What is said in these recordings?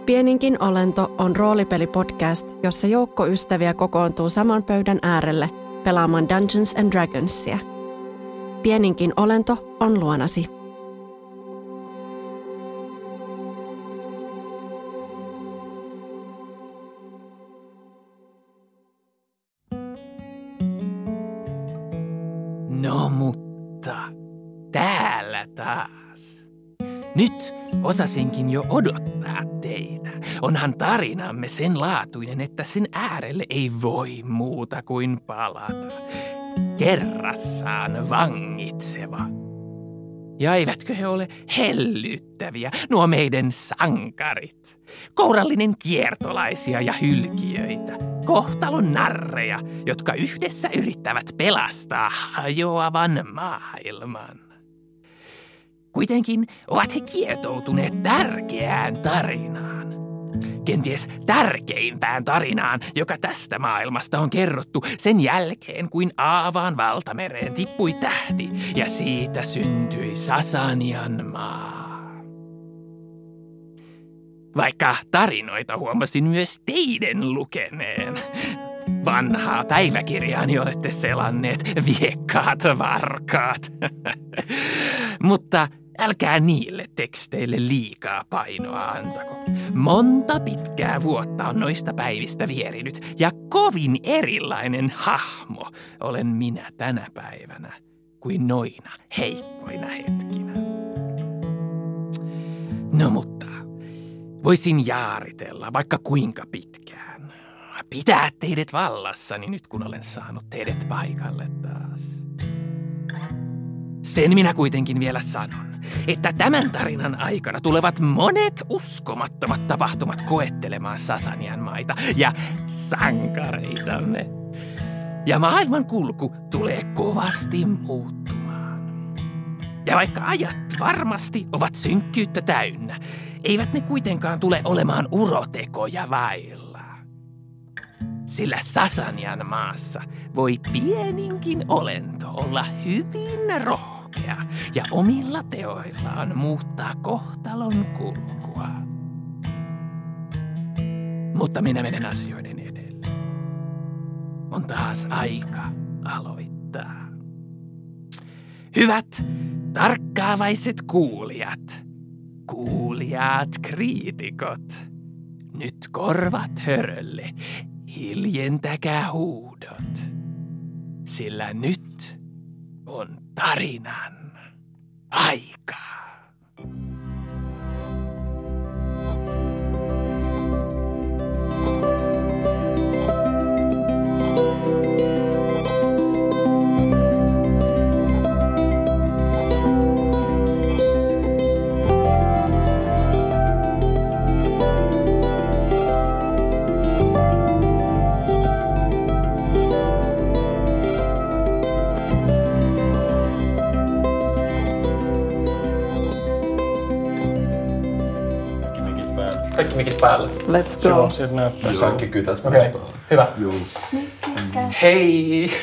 Pieninkin olento on roolipelipodcast, jossa joukko ystäviä kokoontuu saman pöydän äärelle pelaamaan Dungeons and Dragonsia. Pieninkin olento on luonasi. No mutta, täällä taas. Nyt osasinkin jo odottaa teitä. Onhan tarinamme sen laatuinen, että sen äärelle ei voi muuta kuin palata. Kerrassaan vangitseva. Ja eivätkö he ole hellyttäviä, nuo meidän sankarit? Kourallinen kiertolaisia ja hylkiöitä. Kohtalon narreja, jotka yhdessä yrittävät pelastaa hajoavan maailman. Kuitenkin ovat he kietoutuneet tärkeään tarinaan. Kenties tärkeimpään tarinaan, joka tästä maailmasta on kerrottu sen jälkeen, kuin Aavaan valtamereen tippui tähti ja siitä syntyi Sasanian maa. Vaikka tarinoita huomasin myös teidän lukeneen. Vanhaa päiväkirjaani olette selanneet, viekkaat varkaat. Mutta älkää niille teksteille liikaa painoa antako. Monta pitkää vuotta on noista päivistä vierinyt ja kovin erilainen hahmo olen minä tänä päivänä kuin noina heikkoina hetkinä. No mutta, voisin jaaritella vaikka kuinka pitkään. Pitää teidät vallassani nyt kun olen saanut teidät paikalle taas. Sen minä kuitenkin vielä sanon, että tämän tarinan aikana tulevat monet uskomattomat tapahtumat koettelemaan Sasanian maita ja sankareitamme. Ja maailman kulku tulee kovasti muuttumaan. Ja vaikka ajat varmasti ovat synkkyyttä täynnä, eivät ne kuitenkaan tule olemaan urotekoja vailla. Sillä Sasanian maassa voi pieninkin olento olla hyvin rohkea ja omilla teoillaan muuttaa kohtalon kulkua. Mutta minä menen asioiden edelle. On taas aika aloittaa. Hyvät, tarkkaavaiset kuulijat, kuulijaat kriitikot, nyt korvat hörölle. Hiljentäkää huudot, sillä nyt on tarinan aika. Kaikki mikit päälle. Let's go. Sieltä näyttää. Kaikki kytät. Okei, hyvä. Joo. Hei!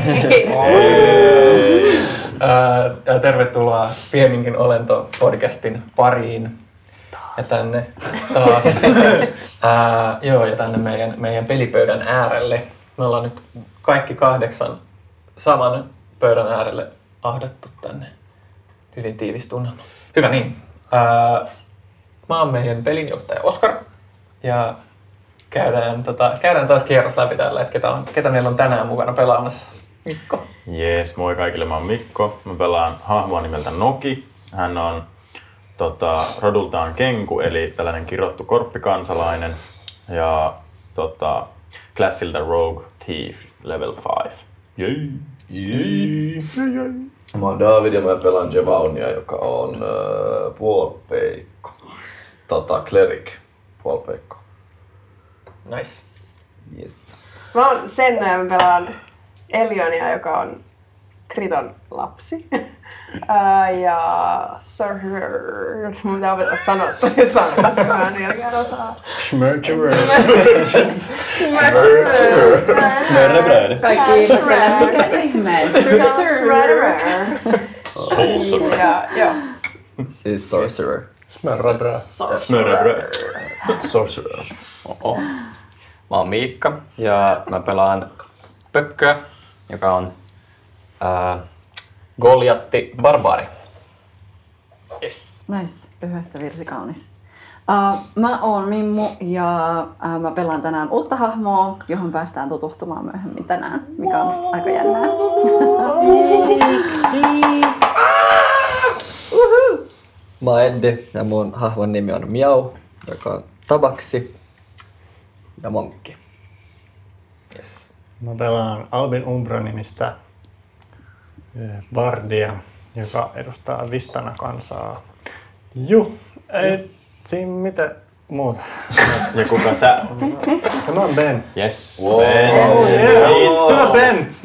Tervetuloa Pieninkin olento podcastin pariin. Ja tänne taas. Ja tänne meidän pelipöydän äärelle. Me ollaan nyt kaikki 8 saman pöydän äärelle ahdattu tänne. Hyvin tiivis tunnelma. Hyvä niin. Mä oon meidän pelinjohtaja Oskar ja käydään taas kierros läpi tällä, että ketä meillä on tänään mukana pelaamassa. Mikko. Jees, moi kaikille, mä oon Mikko. Mä pelaan hahmoa nimeltä Noki. Hän on rodultaan kenku, eli tällainen kirottu korppikansalainen ja klassilta Rogue Thief level 5. Jei. Mä oon David ja mä pelaan Jevaunia, joka on puolpeikko. Cleric, puolpeikko. Nice. Yes. Mä oon sen pelaan Elionia, joka on Kriton lapsi. Ja mun pitää opetella sanoa toi sana, koska mä en vieläkään osaa. Smörrebröd. Smörrebröd. Kaikki mikä ihmeen. Joo. Siis sorcerer. Smörrebröd. Sorcerer. Oho. Mä oon Miikka ja mä pelaan Pökköä, joka on Goljatti barbaari. Yes. Nice. Lyhyestä virsi kaunis. Mä oon Mimmu ja mä pelaan tänään uutta hahmoa, johon päästään tutustumaan myöhemmin tänään, mikä on aika jännää. Mä oon Eddi ja mun hahmon nimi on Miau, joka on tabaksi ja monkki. Yes. Mä pelaan Albin Umbra-nimistä bardia, joka edustaa Vistana-kansaa. Ei siinä mitään muuta. Ja kuka sä? Ja mä oon Ben. Yes. Wow. Hyvä Ben!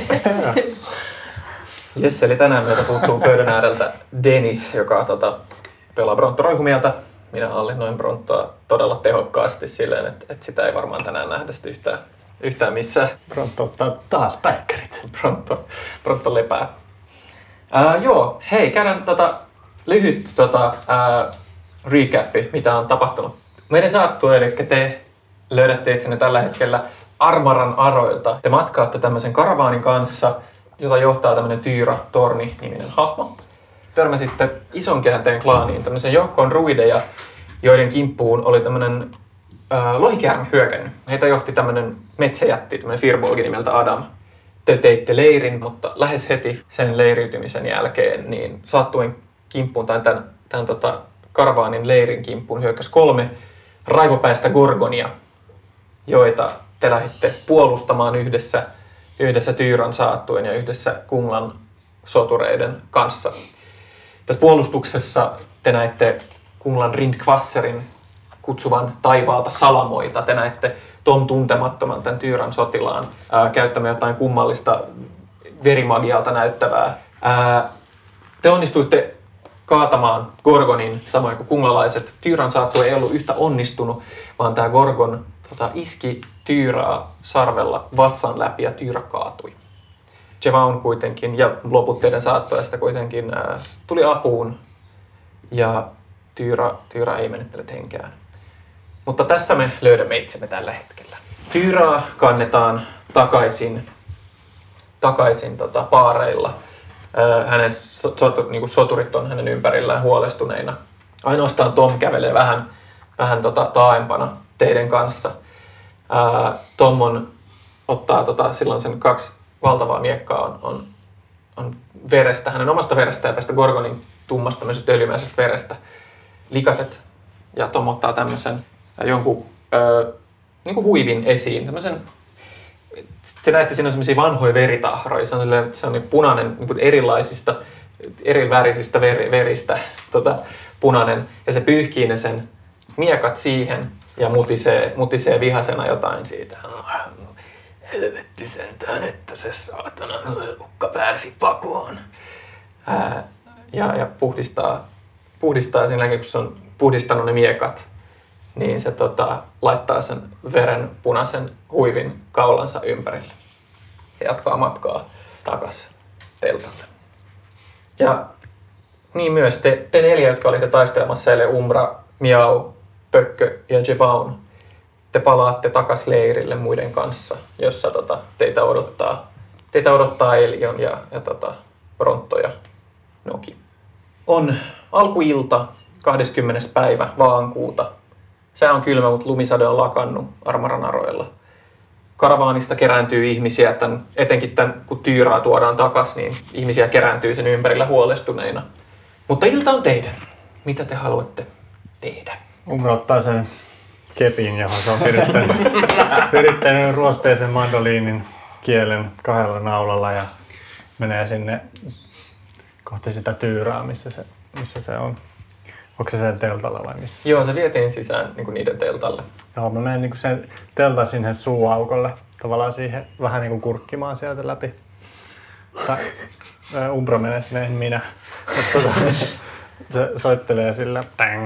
Yes, eli tänään meiltä puuttuu pöydän ääreltä Dennis, joka pelaa Bronto Roihumieltä. Minä hallinnoin Brontoa todella tehokkaasti silleen, että sitä ei varmaan tänään nähdä yhtään missään. Pronto ottaa taas päikkärit. Bronto lepää. Joo, hei, käydään lyhyt recapi, mitä on tapahtunut. Meidän saattue, eli te löydätte itsenne tällä hetkellä Armaran aroilta. Te matkaatte tämmöisen karavaanin kanssa, jota johtaa tämmöinen Tyra Torni-niminen hahmo. Törmäsitte ison käänteen klaaniin, tämmöisen joukkoon druideja, joiden kimppuun oli tämmöinen lohikäärme hyökännyt. Heitä johti tämmöinen metsäjätti, tämmöinen Firbolgi nimeltä Adam. Te teitte leirin, mutta lähes heti sen leiriytymisen jälkeen niin saattuen kimppuun tai tämän karavaanin leirin kimppuun hyökkäsi 3 raivopäistä gorgonia, joita te lähditte puolustamaan yhdessä Tyran saattuen ja yhdessä Kunglan sotureiden kanssa. Tässä puolustuksessa te näitte Kunglan Rindkvasserin kutsuvan taivaalta salamoita. Te näitte Tom tuntemattoman, tämän Tyran sotilaan, käyttämään jotain kummallista verimagialta näyttävää. Te onnistuitte kaatamaan Gorgonin, samoin kuin kunglalaiset. Tyran saattue ei ollut yhtä onnistunut, vaan tämä Gorgon iski Tyraa sarvella vatsan läpi ja Tyra kaatui. Jevaun kuitenkin ja loput teidän saattueesta kuitenkin tuli apuun ja Tyra ei menettänyt henkeään. Mutta tässä me löydämme itsemme tällä hetkellä. Tyraa kannetaan takaisin paareilla. Hänen soturit on hänen ympärillään huolestuneina. Ainoastaan Tom kävelee vähän taaempana teidän kanssa. Tom ottaa silloin sen 2 valtavaa miekkaa on verestä, hänen omasta verestä ja tästä Gorgonin tummasta öljymäisestä verestä likaset. Ja Tom ottaa tämmöisen jonkun niin kuin huivin esiin. Te näette, siinä on semmoisia vanhoja veritahroja. Se on punainen niin erilaisista, eri värisistä veristä punainen. Ja se pyyhkii ne sen miekat siihen ja mutisee vihasena jotain siitä. Helvetti sentään, että se saatana ukka pääsi pakoon. Ja puhdistaa sen jälkeen, kun se on puhdistanut ne miekat, niin se laittaa sen veren punaisen huivin kaulansa ympärille. Ja jatkaa matkaa takaisin teltalle. Ja niin myös te 4, jotka olitte taistelemassa, eli Umbra, Miau, Pökkö ja Jevaun, te palaatte takaisin leirille muiden kanssa, jossa teitä odottaa Elion ja Bronto ja Noki. On alkuilta 20. päivä vaankuuta. Sää on kylmä, mutta lumisade on lakannut Armaran aroilla. Karavaanista kerääntyy ihmisiä, etenkin kun Tyraa tuodaan takaisin, niin ihmisiä kerääntyy sen ympärillä huolestuneina. Mutta ilta on teidän. Mitä te haluatte tehdä? Umbra ottaa sen kepin, johon se on virittänyt ruosteisen mandoliinin kielen 2 naulalla ja menee sinne kohti sitä Tyraa, missä se on. Onko se sen teltalla vai missä? Joo, se vietiin sisään niin kuin niiden teltalle. Joo, mä menen niin kuin sen teltan sinne suuaukolle, tavallaan siihen vähän niin kuin kurkkimaan sieltä läpi. Tai Umbra menee sinne, en minä. Se soittelee sillä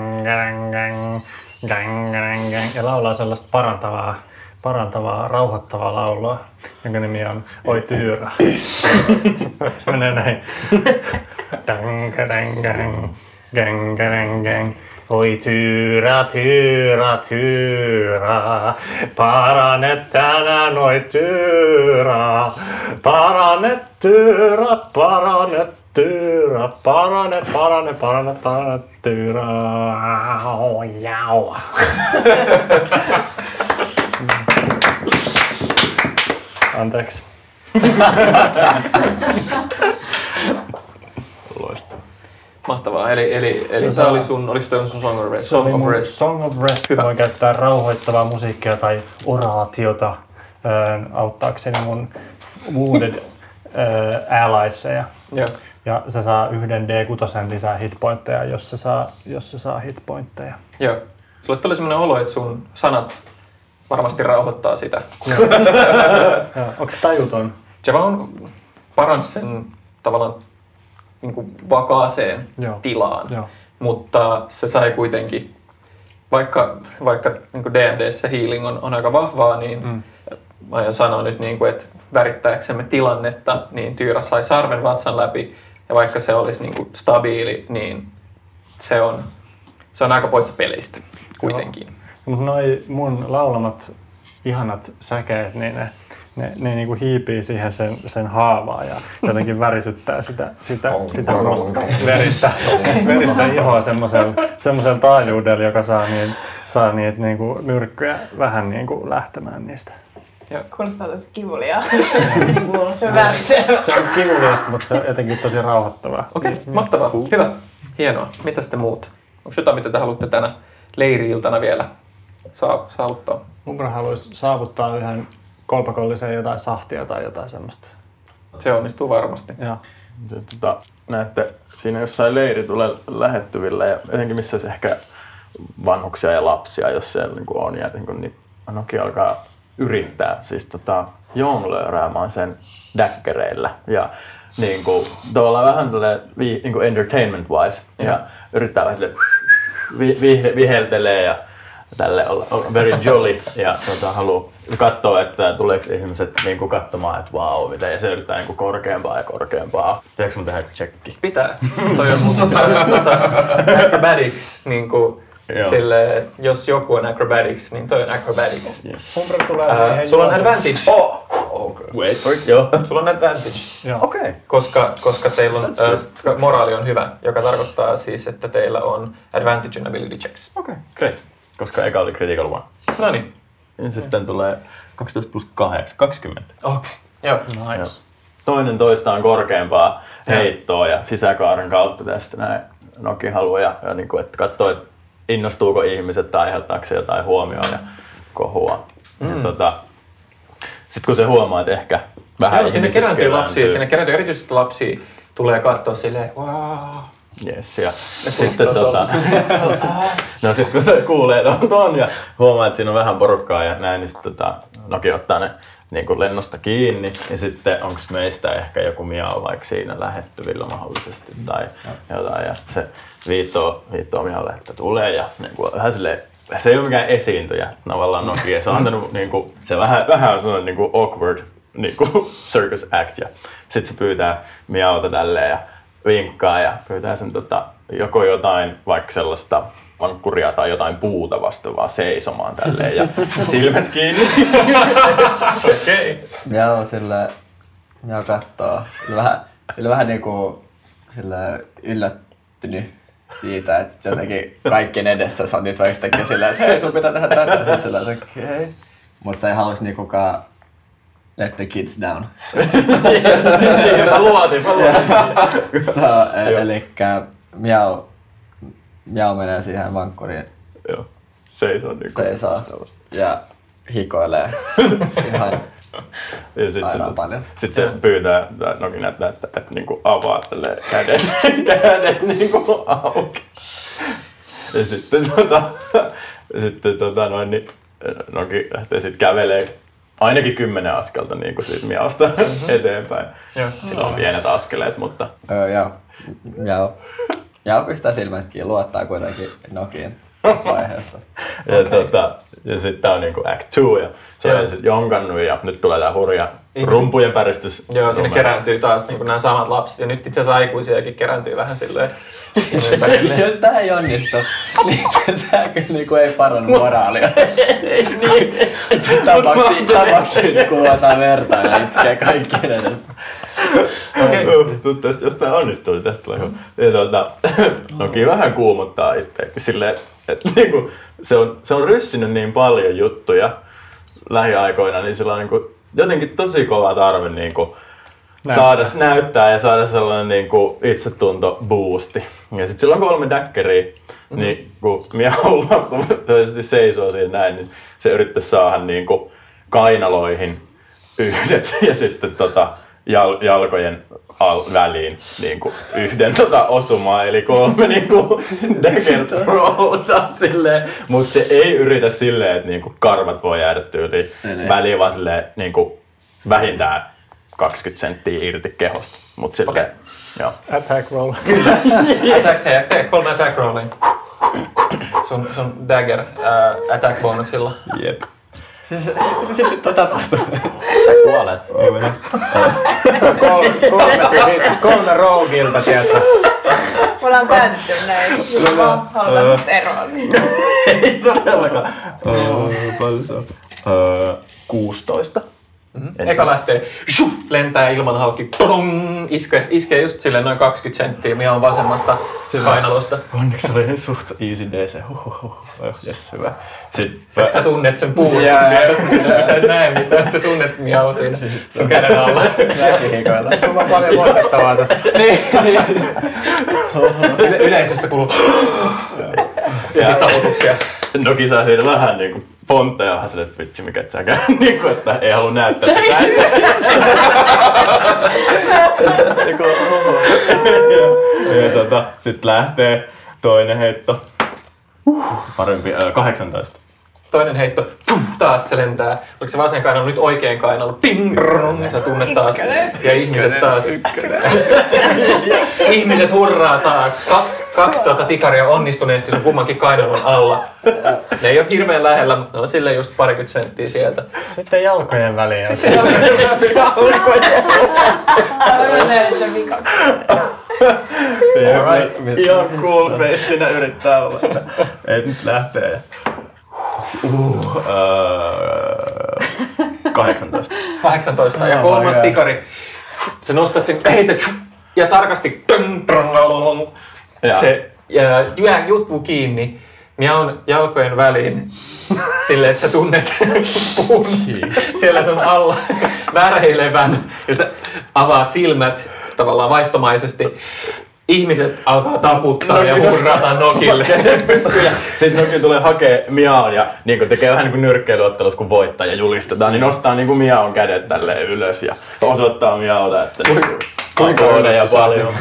ja laulaa sellaista parantavaa, rauhoittavaa laulua, jonka nimi on Oi Tyra. Se menee näin. Oi Tyyrä, Tyyrä, Tyyrä, parane tänään, oi Tyyrä. Parane Tyyrä, parane Tyyrä, parane Tyyrä. Jau. Anteeksi. Loistavaa. Mahtavaa. Eli se oli sun Song of Rest. Se oli mun Song of Rest. Hyvä. Voin käyttää rauhoittavaa musiikkia tai oraatiota auttaakseni mun wounded alliesia. Joo. Ja se saa 1 D6 lisää hitpointteja, jos se saa hitpointteja. Joo. Sulle tuli semmoinen olo, että sun sanat varmasti rauhoittaa sitä. Onko se tajuton? Javon paransi sen tavallaan niin kuin vakaaseen tilaan, mutta se sai kuitenkin, vaikka niin kuin D&D:ssä healing on aika vahvaa, niin mä aion sanoa nyt, niin kuin, että värittääksemme tilannetta, niin Tyyrä sai sarven vatsan läpi, ja vaikka se olisi niin kuin stabiili, niin se on aika poissa peleistä kuitenkin. Mutta noi mun laulamat ihanat säkeet, niin ne niinku hiipii siihen sen haavaan ja jotenkin värisyttää sitä semmoista veristä ihoa semmoisella taajuudella, joka saa niitä niinku myrkkyjä vähän niinku lähtemään niistä. Kuulostaa tosi kivuliaa. Se on värisee. Se on kivuliasta, mutta se on jotenkin tosi rauhoittavaa. Okei, mahtavaa. Hyvä. Hienoa. Mitäs te muut? Onko jotain, mitä te haluatte tänä leiri-iltana vielä saavuttaa? Umbra haluaisi saavuttaa yhden kolpakolliseen jotain sahtia tai jotain semmoista. Se onnistuu varmasti. Joo. Näette siinä jossain leiri tulee lähettyvillä ja jotenkin missä olisi ehkä vanhuksia ja lapsia, jos siellä niin on. Ja niin Noki alkaa yrittää siis jonglööräämään sen däkkereillä ja niin kuin, tavallaan vähän niin kuin entertainment wise ja yrittää vähän silleen viheltelee ja tälle olla very jolly ja haluaa katsoa, että tuleeko ihmiset niin katsomaan, että vau, mitä ja se yrittää niin korkeampaa ja korkeampaa. Pitääkö mun tehdä tsekki? Pitää. Toi on musta acrobatics, niin kuin sille, jos joku on acrobatics, niin toi on acrobatics. Yes. Umbra tulee siihen sulla on advantage. Wait for it, joo. Sulla on advantage. Okei. Koska teillä on moraali on hyvä, joka tarkoittaa siis, että teillä on advantage in ability checks. Okei, great. Koska eka oli critical one. Noniin. Ja sitten tulee 12 plus 8, 20. Okei. Joo. Nice. Toinen toistaan korkeampaa heittoa ja sisäkaaren kautta tästä näin Noki haluaa ja niin kuin, että katsoo, että innostuuko ihmiset tai aiheuttaako se jotain huomioon ja kohua. Sitten kun se huomaa, että ehkä vähän sinne kerääntyy lapsia, sinne kerääntyy erityisesti lapsia, tulee katsoa silleen, wow. Yes, ja sitten no sitten kun kuulee ton ja huomaa, että siinä on vähän porukkaa ja näin, niin sitten Noki ottaa ne niin kuin lennosta kiinni ja sitten onko meistä ehkä joku miau vaikka siinä lähettyvillä mahdollisesti tai jotain ja se viittoo mialle, että tulee ja niin kuin, vähän silleen, se ei ole mikään esiintyjä tavallaan Noki, se on antanut niin kuin, se vähän sellainen niin kuin awkward niin kuin circus act ja sitten se pyytää miauta tälleen ja vinkkaa ja pyytää sen joko jotain vaikka sellaista vankkuria tai jotain puuta vasta vaan seisomaan tälleen ja silmät kiinni. Okei. Miau kattoo. Vähän niinku yllättynyt siitä, että jotenkin kaikkien edessä se on nyt vaan yhtäkkiä silleen, että hei, sun pitää tehdä tätä. Sitten silleen, että okei. Mut se ei halus kukaan let the kids down. Mä luotin Elikkä Miau menee siihen vankkuriin. Joo. Seisoo ja hikoilee ihan aina paljon. Sitten se pyytää, Noki näyttää, että niinku avaa kädet niinku auki. Ja sitten niin Noki lähtee sitten kävelee ainakin 10 askelta niinku siitä Miausta eteenpäin. Sillä on pienet askeleet, mutta... Miau pistää silmät kiinni, luottaa kuitenkin Nokiin tässä vaiheessa. Ja Ja sitten tää on niinku Act 2 ja se on sit jonkannut ja nyt tulee tää hurja rumpujen päristys. Joo, sinne kerääntyy taas niin nämä samat lapset ja nyt itse asiassa aikuisiakin kerääntyy vähän silleen. Jos tää ei onnistu, niin tää kyllä niinku ei parannu moraalia. Niin. Tapaksi kuvataan verta ja itkee kaikkien edessä. Okei. Jos tää onnistuu, niin tästä tulee hyvä. Noki vähän kuumottaa itseäkin silleen, että niinku, se on ryssinyt niin paljon juttuja lähiaikoina, niin sillä on niinku jotenkin tosi kova tarve niinku saada näyttää ja saada sellainen niinku itsetunto boosti. Ja sit sillä on 3 daggeria, niin kun Miau seisoo siinä näin, niin se yrittäisi saada niinku kainaloihin yhdet ja sitten jalkojen väliin niinku yhden osumaa, eli 3 niinku dagger throwta silleen, mut se ei yritä silleen, että niinku karvat voi jäädä tyyliin väliin, vaan silleen niinku vähintään 20 senttiä irti kehosta, mut silleen, joo. Attack roll. Kyllä. Tee 3 attack rollia. Sun dagger attack bonuksilla. Jep. Siis tapahtuu. Sä kuolet. Se on 3 rougilta, tiedätkö? Me ollaan päätetty näin. Mä halutaan susta eroa. Ei todellakaan. Paljon se on? 16. Eka lähtee, lentää ilman halki, iskee just silleen noin 20 senttiä, mikä on vasemmasta kainalosta. Onneksi oli suht easy DC. Jes, hyvä. Sä tunnet sen puun, sä et näe mitään, sä tunnet Miau siinä sun käden alla. Näkihikoilla. Sulla on paljon voitettavaa tässä. Yleisöstä kuuluu ja sit taputuksia. Noki saa siitä vähän niinku pontteja vähän silleen, että vitsi mikä et säkään niinku, että ei halua näyttää sitä. Ja sit lähtee toinen heitto. Parempi, 18. Toinen heitto, taas se lentää. Oliko se vasen kainalo nyt oikein kainalo? Ting, sä tunnet taas. Ja ihmiset taas. Ihmiset hurraa taas. Kaksi tikaria onnistuneesti sun kummankin kainalon alla. Ne ei oo hirveän lähellä, mutta ne on silleen just parikymmentä senttiä sieltä. Sitten jalkojen väliin. Ihan cool face siinä yrittää olla. Ei nyt lähtee. 18. 18 ja kolmas tikari. Sä nostat sen, heität ja tarkasti se juttu kiinni. Miaun jalkojen väliin silleen, että sä tunnet puun siellä sun alla värheilevän ja sä avaat silmät tavallaan vaistomaisesti. Ihmiset alkaa taputtaa ja hurrata Nokille. Siis Noki tulee hakee Miaun ja niin tekee vähän niin kuin nyrkkeilyottelussa, kun voittaa ja julistetaan, niin nostaa niin kuin Miaun kädet tälleen ylös ja osoittaa Miauta, että kuinka ja paljon.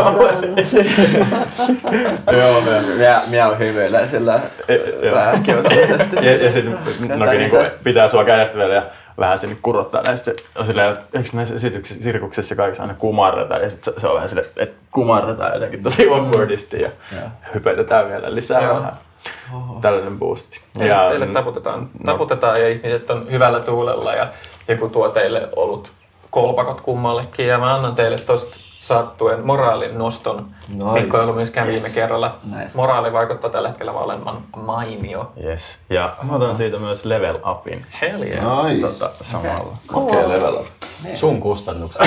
Joo, Miau hymyilee sillä vähän kiusallisesti. Ja sitten Noki niin pitää sua kädestä vielä ja vähän sinne kurottaa. Ja sitten se on silleen, että eikö näissä sirkuksissa kaikissa aina kumarretaan ja sitten se on vähän silleen, että kumarretaan jotenkin tosi awkwardisti ja hypetetään vielä lisää vähän. Tällainen boosti. Teille taputetaan ja ihmiset on hyvällä tuulella ja joku tuo teille olut kolpakot kummallekin ja mä annan teille tosta sattuen moraalin noston. Nice. Mikko ei ollut myöskään viime kerralla. Nice. Moraali vaikuttaa tällä hetkellä olevan mainio. Yes. Ja mä otan siitä myös level upin. Hell yeah. Nice. Samalla. Okei, level up. Sun kustannuksella.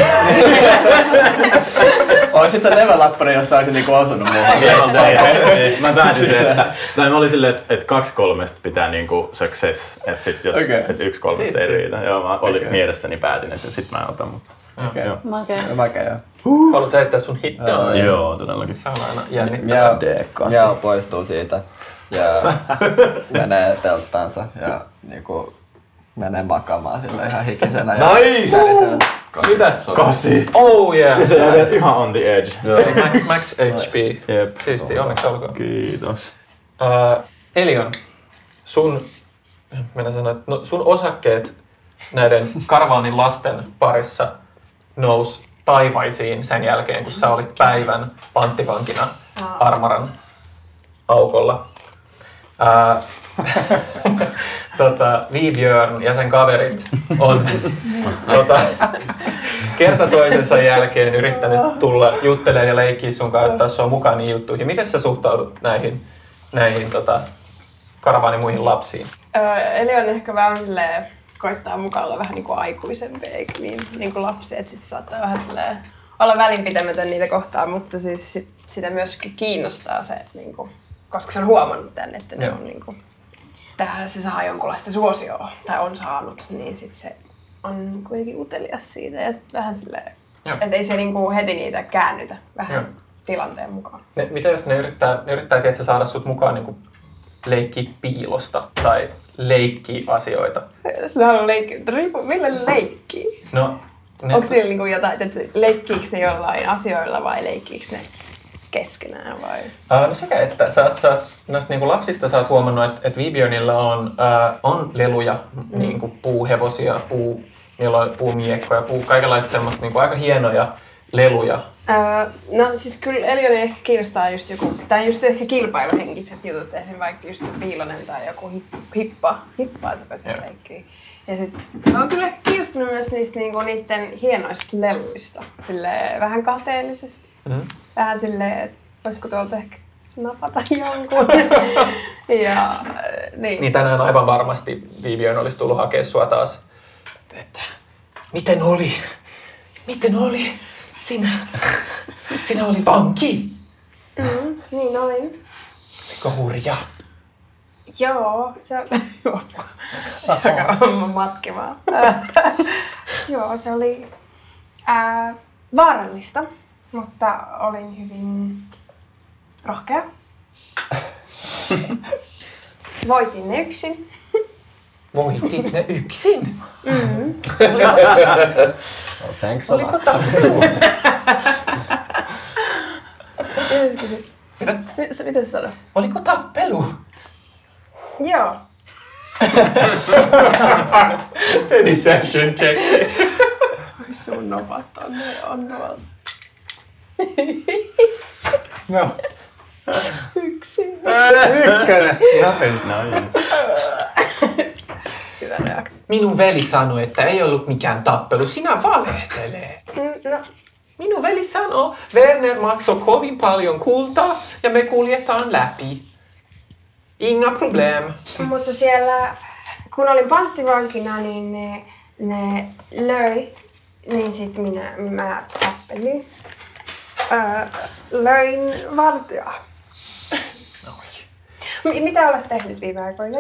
Oisit sä level-uppari, jos sä olisit niinku osunut muuhun? Mä päätin se, että mä olin silleen, että 2-3 pitää niinku success, että sit jos et 1-3 ei riitä. Joo, mä olin mielessäni päätin, että sit mä en ota, mutta Makea. Haluatko heittää sun hittaa? joo, todellakin. Se on aina jännittävää. Miau poistuu siitä ja menee telttaansa ja niinku menee makaamaan sillä ihan hikisenä. Nice! Mitä? 8. Oh yeah! Ja se jää vielä ihan on the edge. Eli max HP. Jep. Siisti, onneksi olkoon. Kiitos. Elion, sun osakkeet näiden Karavaanin lasten parissa nousi taivaisiin sen jälkeen, kun sä olit päivän panttivankina Armaran aukolla. Vibjörn ja sen kaverit on kerta toisensa jälkeen yrittänyt tulla juttelemaan ja leikkiä sun kanssa, ottaa sua mukaan niihin juttuihin. Miten sä suhtaudut näihin karavaanin muihin lapsiin? Eli on ehkä vähän silleen, koittaa mukaan olla vähän niinku aikuisempi eikä niin kuin lapsi, että sit saattaa vähän silleen olla välinpitämätön niitä kohtaan, mutta siis sitä myöskin kiinnostaa se, niinku, koska se on huomannut tän, että ne on niinku, se saa jonkunlaista suosioa tai on saanut, niin sit se on kuitenkin utelias siitä ja sit vähän silleen, että ei se niinku heti niitä käännytä vähän tilanteen mukaan. Mitä jos ne yrittää tietysti saada sut mukaan niinku leikkiä piilosta tai leikkiä asioita? Jos ne haluaa leikkiä, mutta millä ne leikkii? No, onko niillä niinku jotain, että leikkiikö ne jollain asioilla vai leikkiikö ne keskenään vai? No sekä että. Sä noista niinku lapsista sä oot huomannut, että Vibjörnillä on leluja, niinku puuhevosia, niillä on puumiekkoja, kaikenlaista semmoista niinku aika hienoja leluja. No siis kyllä Elionia ehkä kiinnostaa just joku, tai just ehkä kilpailuhenkiset jutut, esim. Vaikka just piilonen tai joku hippaa se leikkiä. Ja sit se on kyllä kiinnostunut myös niistä niinku niiden hienoista leluista, silleen vähän kateellisesti. Vähän silleen, että olisiko tuolta ehkä napata jonkun. Ja, niin tänään aivan varmasti Vibjörn olisi tullut hakea sua taas, että miten oli? Sinä oli vanki. Niin olin. Oliko hurjaa? Joo, se on aika matkimaa. Joo, se oli vaarallista, mutta olin hyvin rohkea. Voitin ne yksin. Voitit ne yksin? Thanks a lot. Oliko tappelu? Mitä sä sanot? Oliko tappelu? Joo. Deception check. Oi sun nopat on tuolla. No. Yksin. Ykkönen. Nice. Hyvä reaktio. Minun veli sanoi, että ei ollut mikään tappelu. Sinä valehtelee. No. Minun veli sanoi, Werner maksoi kovin paljon kultaa ja me kuljetaan läpi. Inga problem. Mutta siellä, kun olin panttivankina, niin ne löi, niin sit mä tappelin. Löin vartijaa. Mitä olet tehnyt viime aikoina?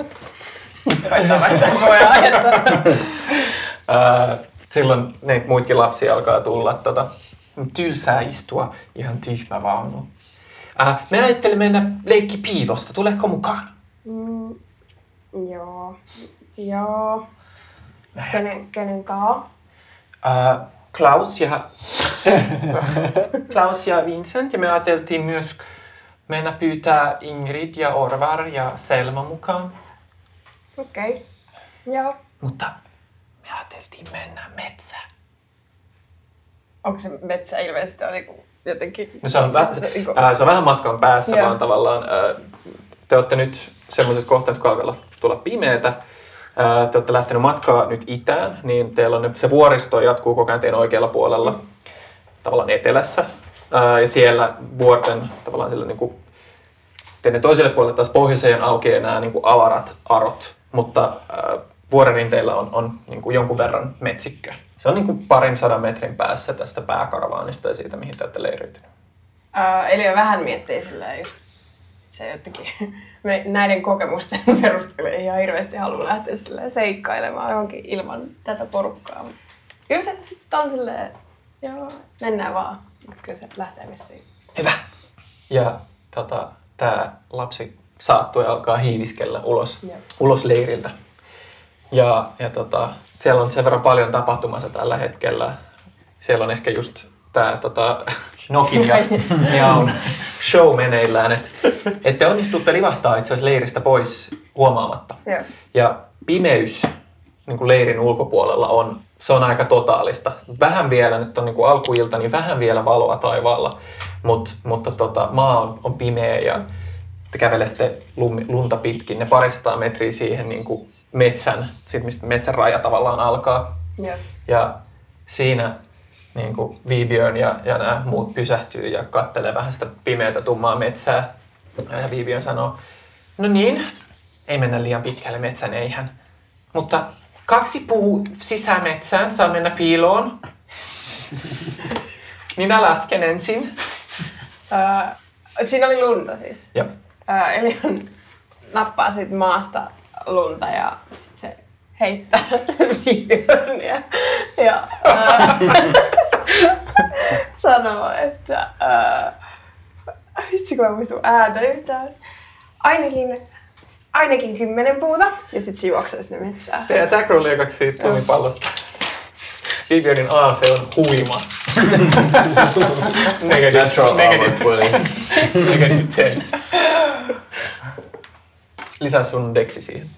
Silloin ne muitkin lapsia alkaa tulla tylsää istua ihan tyhmä vaunu. Me ajattelin mennä leikki piilosta. Tuleeko mukaan? Joo. Kenen kaa? Klaus ja Vincent. Ja me ajateltiin myös mennä pyytää Ingrid ja Orvar ja Selma mukaan. Okei. Joo. Mutta me ajateltiin mennä metsään. Onko se metsä ilmeisesti jotenkin... No se on vähän matkan päässä, vaan tavallaan te olette nyt semmoisessa kohtaa, että kun alkaa tulla pimeätä, te olette lähtenyt matkaa nyt itään, niin teillä on se vuoristo jatkuu koko ajan teidän oikealla puolella, tavallaan etelässä. Ja siellä vuorten tavallaan sillä niin kuin, teidän toiselle puolelle taas pohjoiseen aukeaa nämä niin kuin avarat arot, mutta vuoren rinteillä on niin kuin jonkun verran metsikköä. Se on niin kuin 200 metrin päässä tästä pääkaravaanista ja siitä, mihin te olette leiriytyneet. Eli vähän miettii silleen just se jotenkin näiden kokemusten perusteella ei ihan hirveästi halua lähteä seikkailemaan johonkin ilman tätä porukkaa. Kyllä se sitten on silleen, joo, mennään vaan. Mutta kyllä se lähtee missiin. Hyvä. Ja tää lapsi saattui alkaa hiiviskellä ulos leiriltä. Ja siellä on sen verran paljon tapahtumassa tällä hetkellä. Siellä on ehkä just tää Nokin ja Neaun show meneillään, että te onnistutte livahtaa itse asiassa leiristä pois huomaamatta. Joo. Ja pimeys niin kuin leirin ulkopuolella se on aika totaalista. Vähän vielä, nyt on niin kuin alkuilta, niin vähän vielä valoa taivaalla, mutta maa on pimeä ja te kävelette lunta pitkin. Ne 200 metriä siihen niin kuin metsän, sit mistä metsän raja tavallaan alkaa. Joo. Ja siinä niin kuin Vibjörn ja nämä muut pysähtyy ja kattelee vähän sitä pimeätä tummaa metsää. Ja Vibjörn sanoo, no niin, ei mennä liian pitkälle metsän, eihän. Mutta 2 puu sisämetsään saa mennä piiloon. Minä lasken ensin. Siinä oli lunta siis. Joo. Elion nappaa siitä maasta lunta ja sit se heittää Vibjörniä ja sanoo, että vitsi kun mä muistun ääntä yhtään. Ainakin 10 puuta ja sit se juoksee sinne metsään. Teidän attack roll liekaksi siitä lumipallosta. Vibjörnin AC on huima. Negative 10. Lisää sun deksi siihen.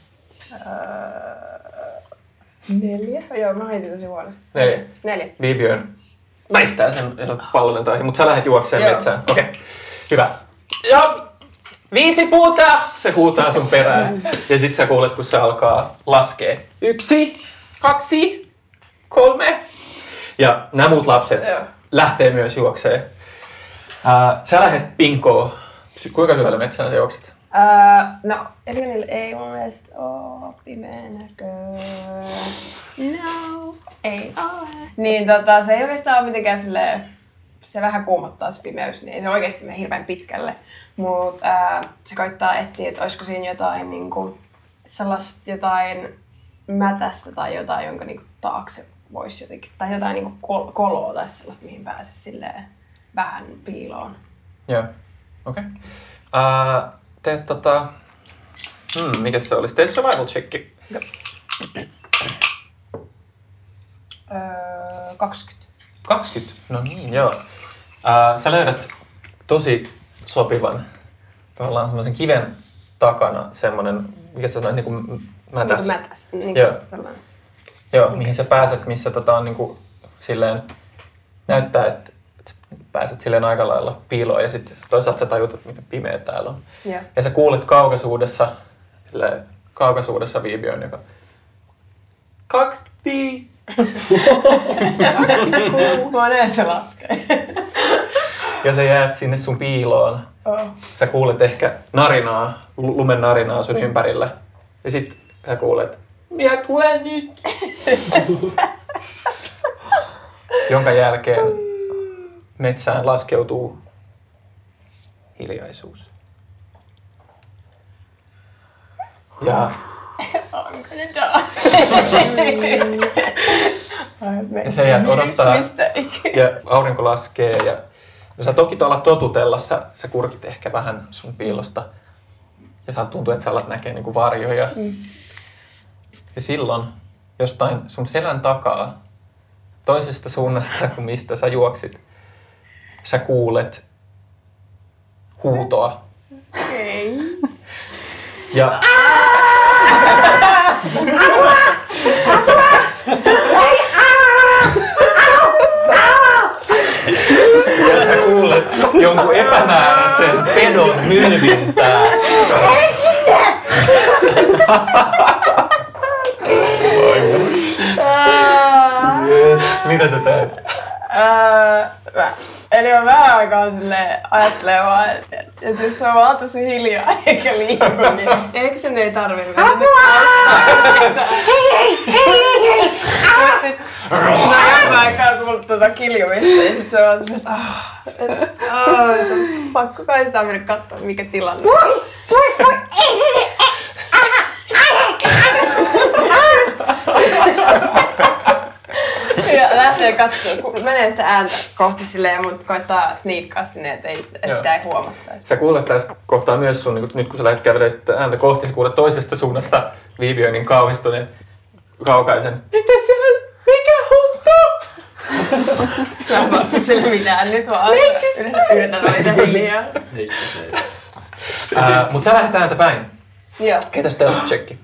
4? Joo, mä heitin tosi huonosti. 4. Vibjörn väistää sen pallon tahi, mutta sä lähdet juokseen metsään. Okei, hyvä. Ja 5 puuta! Se huutaa sun perään. Ja sit sä kuulet, kun se alkaa laskee. 1, 2, 3. Ja nämä muut lapset lähtee myös juokseen. Sä lähdet pinkoon. Kuinka syvälle metsään sä juokset? No, Elionilla ei mun mielestä oo pimeä näkö. No, ei ole. Niin se ei oikeastaan ole mitenkään silleen, se vähän kuumottaa se pimeys, niin ei se oikeesti mene hirveän pitkälle. Mut se koittaa etsiä, että olisiko siinä jotain niinku sellaista jotain mätästä tai jotain, jonka niinku taakse voisi jotenkin, tai jotain niinku koloa tai sellaista, mihin pääsisi silleen vähän piiloon. Joo, okei. Teet mikä se olisi? Tee survival checki. 20. 20? No niin, joo. Sä löydät tosi sopivan tavallaan semmoisen kiven takana semmoinen, mikä se on, niinku mätäs. Niinku mätäs. Niinku joo. Joo, mihin sä pääset, missä on niinku silleen näyttää, että pääset silleen aika lailla piiloon ja sitten toisaalta sä tajut, että miten pimeä täällä on. Yeah. Ja sä kuulet kaukaisuudessa Vibjörn, joka 25. Moneen se laskee. Ja sä jäät sinne sun piiloon. Sä kuulet ehkä narinaa, lumen narinaa sun ympärillä. Ja sit sä kuulet, minä tulen nyt. Jonka jälkeen metsään laskeutuu hiljaisuus. Ja sä jäät odottaa ja aurinko laskee ja sä toki tuolla totutella, sä kurkit ehkä vähän sun piilosta ja sä tuntuu, että sä alat näkee niinku varjoja. Ja silloin jostain sun selän takaa, toisesta suunnasta kuin mistä sä juoksit, sä kuulet huutoa. Ei. Ja ja sä kuulet jonkun epämääräisen pedon mylvintää. Ei sinne! Yes. Mitä sä teet? Eli on vähän aikaa silleen ajattelee vaan, että jos on vaan tosi hiljaa eikä liiku, niin eikö sen ei tarvii mennä auttaa? Hei! Mut sit se on jonkun aikaa tullut kiljumista ja sit se on että pakko kai sitä mennä kattoo mikä tilanne. Pois! Ei sinne! Ja lähtee katsoa, menee sitä ääntä kohti silleen, mutta koittaa sniikkaa sinne, että sitä ei huomattaisi. Sä kuulet tässä kohtaa myös sun, nyt kun sä lähdet kävelemään ääntä kohti, sä kuulet toisesta suunnasta Vibjörnin kauhistuneen kaukaisen. Mitä siellä? Mikä huntu? Mä en vasta sille mitään nyt vaan. Yritän valita hiljaa. Mut sä lähdet ääntä päin. Joo. Heitä stealth checki.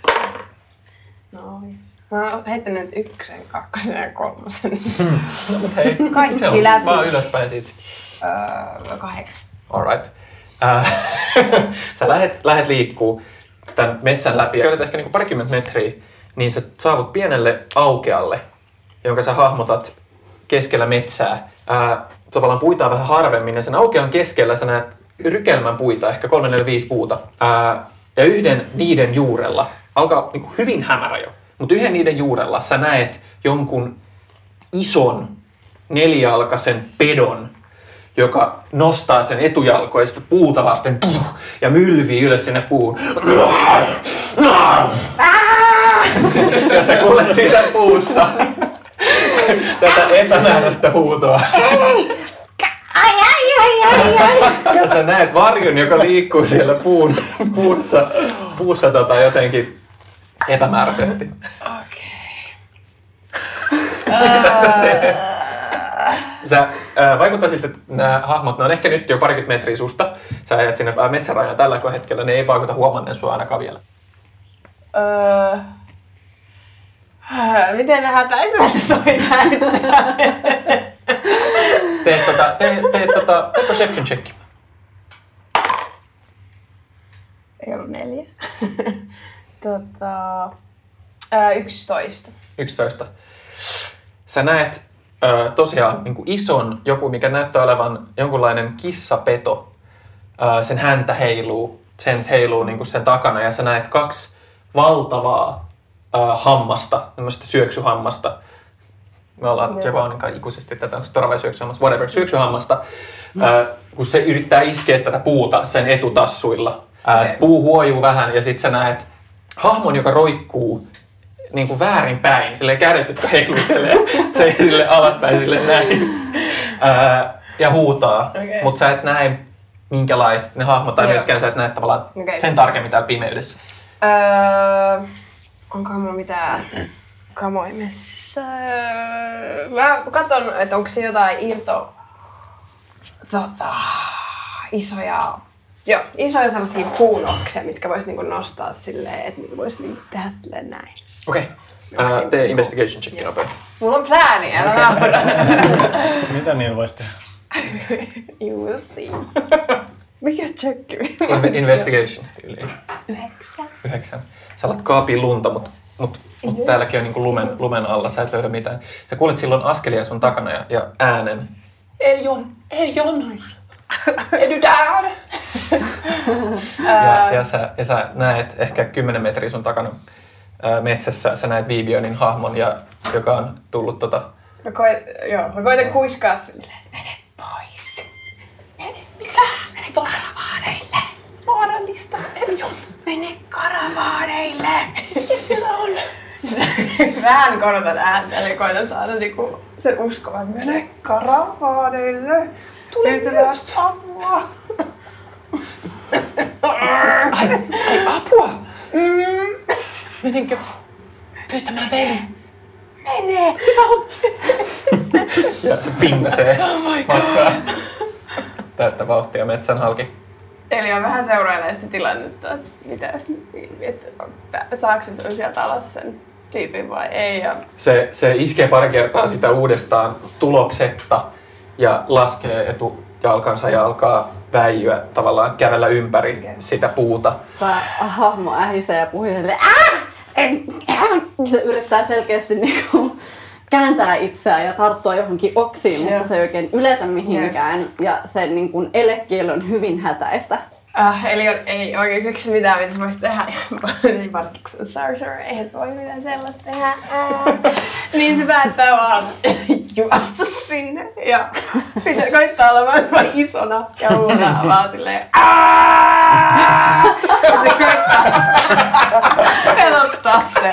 Nice. Mä oon heittänyt 1, 2 ja 3. Hei, kaikki läpi. Vaan ylöspäin siitä. 8. Alright. Sä lähet liikkuu. tämän metsän läpi ja kävelet ehkä niin parikymmentä metriä, niin sä saavut pienelle aukealle, jonka sä hahmotat keskellä metsää. Tavallaan puita on vähän harvemmin ja sen aukean keskellä sä näet rykelmän puita, ehkä 3-4-5 puuta. Ja yhden niiden juurella, alkaa niin hyvin hämärä jo, mutta yhden niiden juurella sä näet jonkun ison 4-jalkaisen pedon, joka nostaa sen etujalkoja sitä puuta vasten ja mylvii ylös sinne puun. Ja sä kuulet siitä puusta tätä epämääräistä huutoa. Ja sä näet varjon, joka liikkuu siellä puussa jotenkin epämääräisesti. Mitä sä teet? Sä vaikuttaisit, että nämä hahmot, ne on ehkä nyt jo parikymmentä metriä susta. Sä ajat sinne metsärajaan tällä hetkellä, ne ei vaikuta huomanneen sua ainakaan vielä. Miten ne hätäisivät toi näyttää? Tee perception check. Ei ollut 4. 11. 11. Sä näet tosiaan niin kuin ison, joku mikä näyttää olevan jonkunlainen kissapeto. Sen häntä heiluu, niin kuin sen takana ja sä näet 2 valtavaa hammasta, tämmöistä syöksyhammasta. Me ollaan Jevaunin kanssa ikuisesti tätä, onko se torava syöksyhammasta, whatever, syöksyhammasta, kun se yrittää iskeä tätä puuta sen etutassuilla. Se puu huojuu vähän ja sit sä näet hahmon, joka roikkuu niin kuin väärinpäin, silleen kädet, jotka heiluu sille alaspäin sille näin. Ja huutaa, mutta sä et näe minkälaista ne hahmot, tai myöskään sä et näe tavallaan sen tarkemmin täällä pimeydessä. Onkohan mulla mitään kamoja messissä? Mä katson, että onko se jotain isoja sellaisia puunoksia, mitkä vois niinku nostaa silleen, että niitä vois niinku tehdä silleen näin. Okei. Tee investigation checki nopein. Mulla on plääni, älä naura. Mitä niillä vois tehdä? You will see. Mikä checki? Investigation tyyliin. 9. Sä alat kaapia lunta, mut täälläkin on niinku lumen alla, sä et löydä mitään. Sä kuulet silloin askelia sun takana ja äänen. Elion! Edydään! ja sä näet ehkä 10 metriä sun takana metsässä, sä näet Vivionin hahmon, joka on tullut Mä koitan kuiskaa silleen, mene pois. Mene karavaaneille. Vaarallista. Mene karavaaneille. Mitä siellä on? Vähän korotan ääntä, eli koitan saada niinku sen uskovan. Mene karavaaneille. Tule myös apua. Ai apua? Menenkö pyytämään veli? Mene! Hyvä on! Ja se pingasee matkaa. Täyttä vauhtia metsän halki. Eli on vähän seurailee sitä tilannetta, että saako se sieltä alas sen tyypin vai ei. Ja Se iskee pari kertaa sitä uudestaan tuloksetta ja laskee etujalkansa ja alkaa väijyä, tavallaan kävellä ympäri sitä puuta. Hahmo ähisee ja puhuu silleen, se yrittää selkeästi niinku kääntää itseään ja tarttua johonkin oksiin, mutta se ei oikein yletä mihinkään. Ja sen niin kuin elekieli on hyvin hätäistä. Eli ei oikein keksi mitään, mitä se voisi tehdä. Varsinkin se on sorcerer, eihän se voi mitään sellaista tehdä. Niin se päättää vaan juosta sinne. Ja koittaa olla vaan isona ja huudaa vaan silleen ja se koittaa pelottaa se.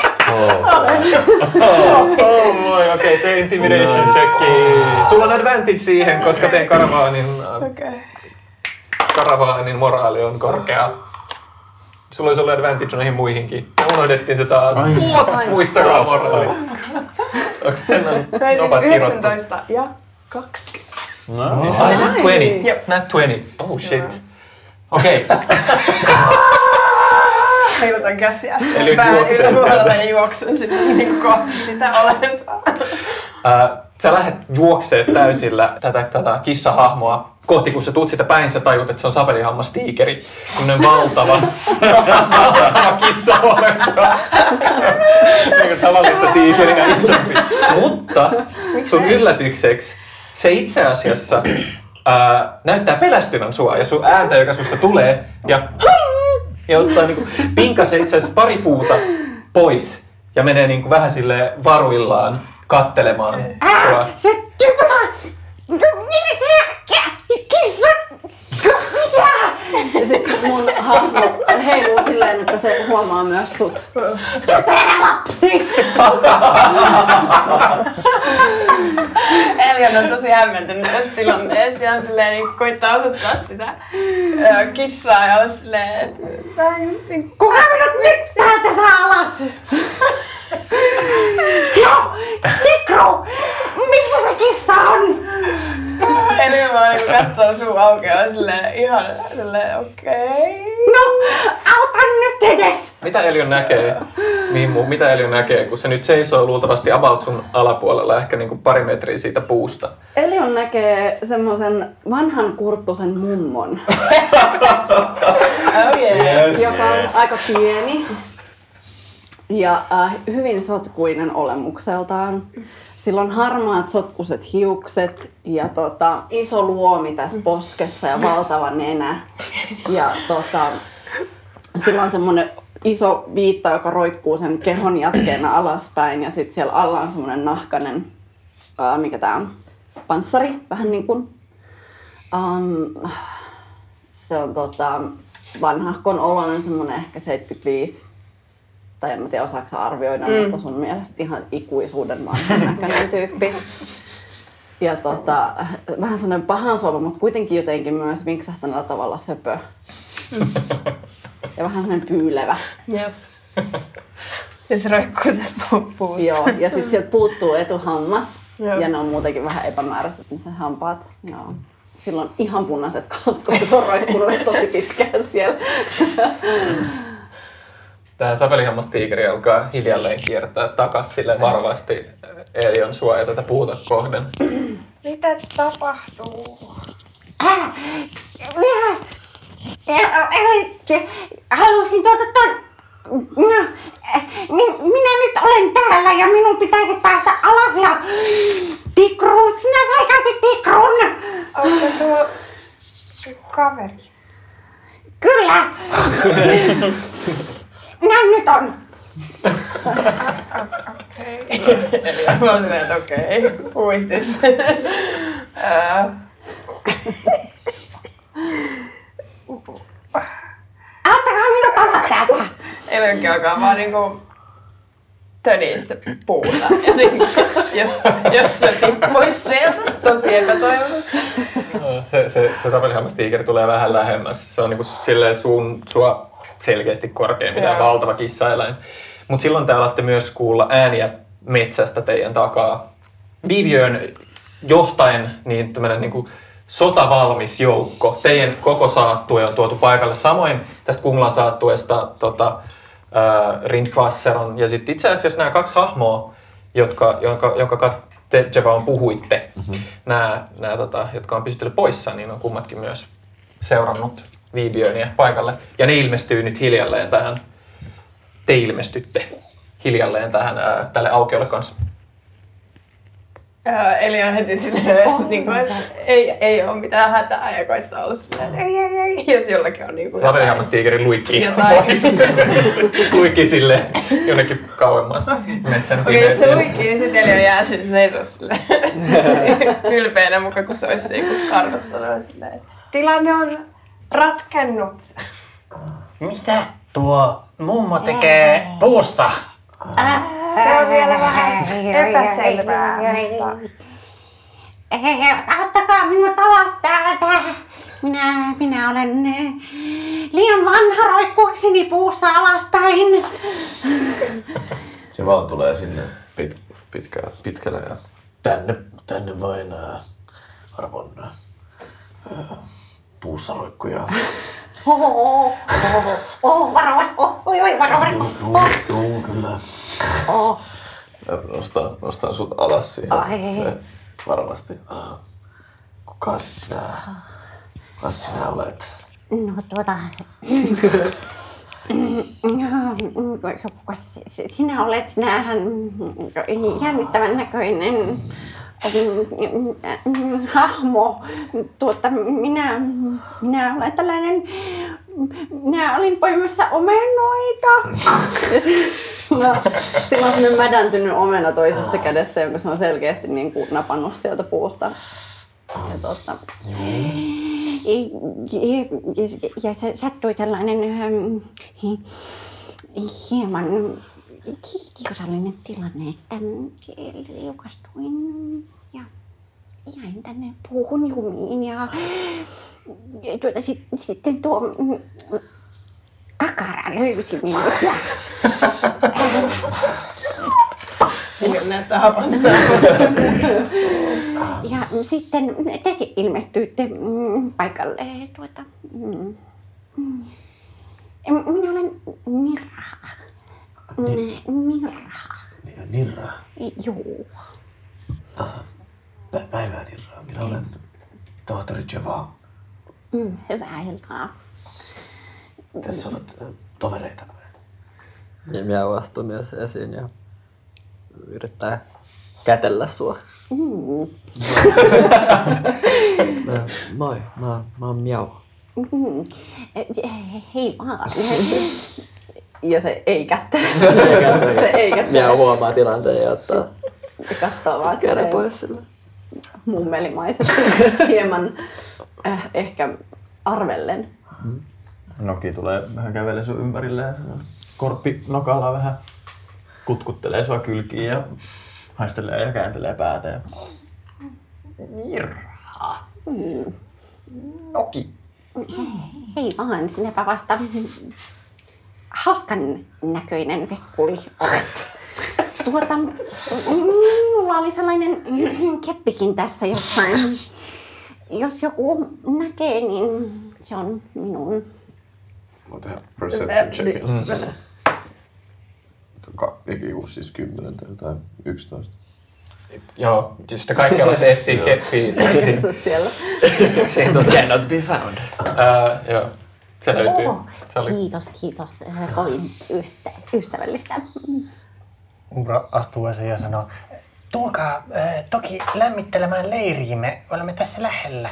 Oh moi, okei, tee intimidation checki. Sulla on advantage siihen, koska teen karavaanin moraali on korkea. Sulla olisi ollut advantage noihin muihinkin. Me unohdettiin se taas. Muistakaa moraali. Onko sen nopat kirottu? 19 ja 20. Ai, not 20. Yep, not 20. Oh shit. Okei. Heilutan käsiä. Eli pään yläpuolella ja juoksen sitten niin kohti sitä olentoa. Sä lähdet juokseet täysillä tätä kissahahmoa kohti, kun sä tuut sitä päin, sä tajut, että se on sapelihammastiikeri. Sellainen valtava kissaolento. Niin tavallista tiikeriä isompi. Mutta sun yllätykseksi se itse asiassa näyttää pelästyvän sua ja sun ääntä, joka susta tulee ja ottaa niinku, pinkasee itse asiassa pari puuta pois ja menee niinku vähän silleen varuillaan kattelemaan sua. Se typerä! Kissa! Ja sit mun hahmo heiluu silleen, että se huomaa myös sut. Typerä lapsi! Elion on tosi hämmentynyt tästä tilanteesta ja on silleen niin koittaa osoittaa sitä kissaa ja olla silleen, että vähän just niin Kuka minut mittää tässä alas? No, Tikru! Missä se kissa on? Elion vaan niin katsoo suu aukeaa silleen ihan silleen okei. No, auta nyt edes! Mitä Elion näkee, Mimmu, mitä Elion näkee, kun se nyt seisoo luultavasti about sun alapuolella, ehkä niin kuin pari metriä siitä puusta? Elion näkee semmoisen vanhan kurttusen mummon, joka on aika pieni ja hyvin sotkuinen olemukseltaan. Sillä on harmaat sotkuiset hiukset ja iso luomi tässä poskessa ja valtava nenä. Ja sillä on semmoinen iso viitta, joka roikkuu sen kehon jatkeena alaspäin ja sitten siellä alla on semmoinen nahkainen, mikä tää on, panssari, vähän niin kuin. Se on vanhahkon oloinen, semmoinen ehkä 75. Tai en mä tiedä, osaako arvioida, mutta sun mielestä ihan ikuisuuden vanhan näköinen tyyppi. Ja vähän sellainen pahan suova, mutta kuitenkin jotenkin myös vinksahtaneella tavalla söpö. Ja vähän sellainen pyylevä. Jep. Ja se roikkuu tässä puusta. Joo, ja sitten sieltä puuttuu etuhammas. Joo. Ja ne on muutenkin vähän epämääräiset, ne hampaat. Joo. Silloin ihan punaiset kasvot, koska se on roikkunut tosi pitkään siellä. Tämä sapelihammastiikeri alkaa hiljalleen kiertää takas sille varovasti Elion sua ja tätä puuta kohden. Mitä tapahtuu? Halusin minä nyt olen täällä ja minun pitäisi päästä alas ja Tikru, sinä säikäytit Tikrun! Onko tuo sun kaveri? Kyllä! Näin nyt on! Okei. Eli mä oon silleen, että okei, uistis. Auttakaa minut alas täältä! Elionkin alkaa vaan niinku tönii sitä puuta. Ja niinku, jos se tippuisi sieltä, tosi epätoivoisesti. Se sapelihammastiikeri tulee vähän lähemmäs. Se on niinku silleen sua selkeästi korkeampi, tämä valtava kissaeläin. Mutta silloin te alatte myös kuulla ääniä metsästä teidän takaa. Viviön johtaen niin tämmönen niinku sotavalmis joukko. Teidän koko saattue on tuotu paikalle. Samoin tästä Kunglan saattueesta Rindkvasser on. Ja sitten itse asiassa nämä kaksi hahmoa, jonka te Jevaon puhuitte, nämä jotka on pysytellyt poissa, niin on kummatkin myös seurannut Viviöniä paikalle. Ja ne ilmestyy nyt hiljalleen tähän, te ilmestytte hiljalleen tähän tälle aukiolle kanssa. Eli on heti silleen, että niinku, ei ole mitään hätää ja koittaa olla silleen, että ei, jos jollakin on niinku Sapelihammastiikeri luikkii silleen jonnekin kauemmas metsän Okei, jos se luikkii, niin sitten Eli on jää sinne seisoo silleen ylpeänä mukaan, kun se olisi niinku karvottanut silleen. Tilanne on ratkennut. Mitä tuo mummo tekee puussa? Se on vielä vähän epäselvää. Auttakaa minut alas täältä. Minä olen liian vanha roikkuakseni puussa alaspäin. Se vaan tulee sinne pitkälle ja Tänne vain arvon puussa roikkuja. Varovan. Juu, kyllä. nostan sut alas siihen varovasti. Kas sinä olet? No kuka sinä olet? Sinähän jännittävän näköinen hahmo. Minä olen tällainen. Minä olin poimassa omenoita. Sillä on sellainen mädäntynyt omena toisessa kädessä, jonka se on selkeästi niin kuin napannut sieltä puusta. Ja se sattui sellainen hieman kiusallinen tilanne, että liukastuin ja jäin tänne puuhun jumiin ja sitten tuo kakara löysi minut ja näyttää hapantaa. Ja sitten te ilmestyitte paikalle. Minä olen Nirra. Nirra. Juu. Päivää Nirra. Minä olen tohtori Javau. Hyvää iltaa. Tässä ovat tovereita. Ja minä astun myös esiin ja yrittää kätellä sua. Moi, mä oon Miau. Hei vaan. Ja se ei kättele. Miau huomaa tilanteen ja ottaa Ja katsoo vaan käden pois sille. mummelimaisesti hieman ehkä arvellen. Noki tulee vähän kävelee sun ympärille ja korppi nokalla vähän kutkuttelee sua kylkiin ja haistelee ja kääntelee päätä. Ja... Nirra. Noki. Hei vaan, sinäpä vasta hauskan näköinen vekkuli olet. Mulla oli sellainen keppikin tässä jossain. Jos joku näkee, niin se on minun. Mä tehdä perception checkin. Siis 10 tai 11. Joo, just kaikkialla tehtiin keppiä. siellä. Cannot be found. Joo, se löytyy. Se oli... Kiitos. Kovin ystävällistä. Umbra astuu esiin ja sanoo, tulkaa toki lämmittelemään leiriimme, olemme tässä lähellä.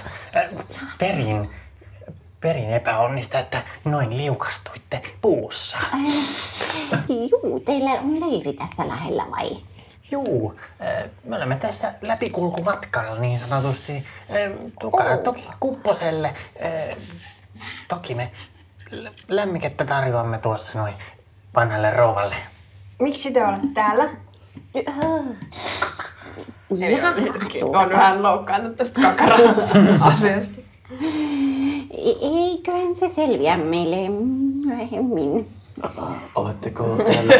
Perin epäonnista, että noin liukastuitte puussa. Juu, teillä on leiri tässä lähellä vai? Juu, me olemme tässä läpikulkumatkalla niin sanotusti. Tulkaa toki Kupposelle. Toki me lämmikettä tarjoamme tuossa noin vanhalle rouvalle. Miksi te olette täällä? On vähän loukkaannut tästä kakara-asiasta. Eiköhän se selviä meille myöhemmin. Oletteko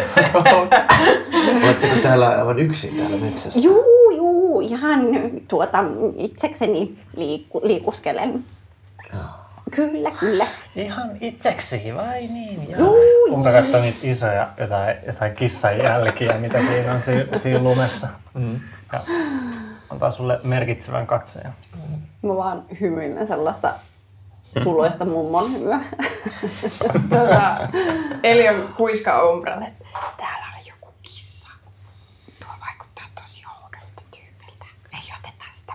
täällä aivan yksin täällä metsässä? Juu, ihan itsekseni liikuskelen. Kyllä. Ihan itseksi, vai niin? Juu. Umbra katsoo niitä isoja jotain kissan jälkiä, mitä siinä on siinä lumessa. Ja antaa sulle merkitsevän katseen. Mä vaan hymyilen sellaista suloista mummon hymyä. Elion kuiska Umbralle. Täällä on joku kissa. Tuo vaikuttaa tosi oudolta tyypiltä. Ei oteta sitä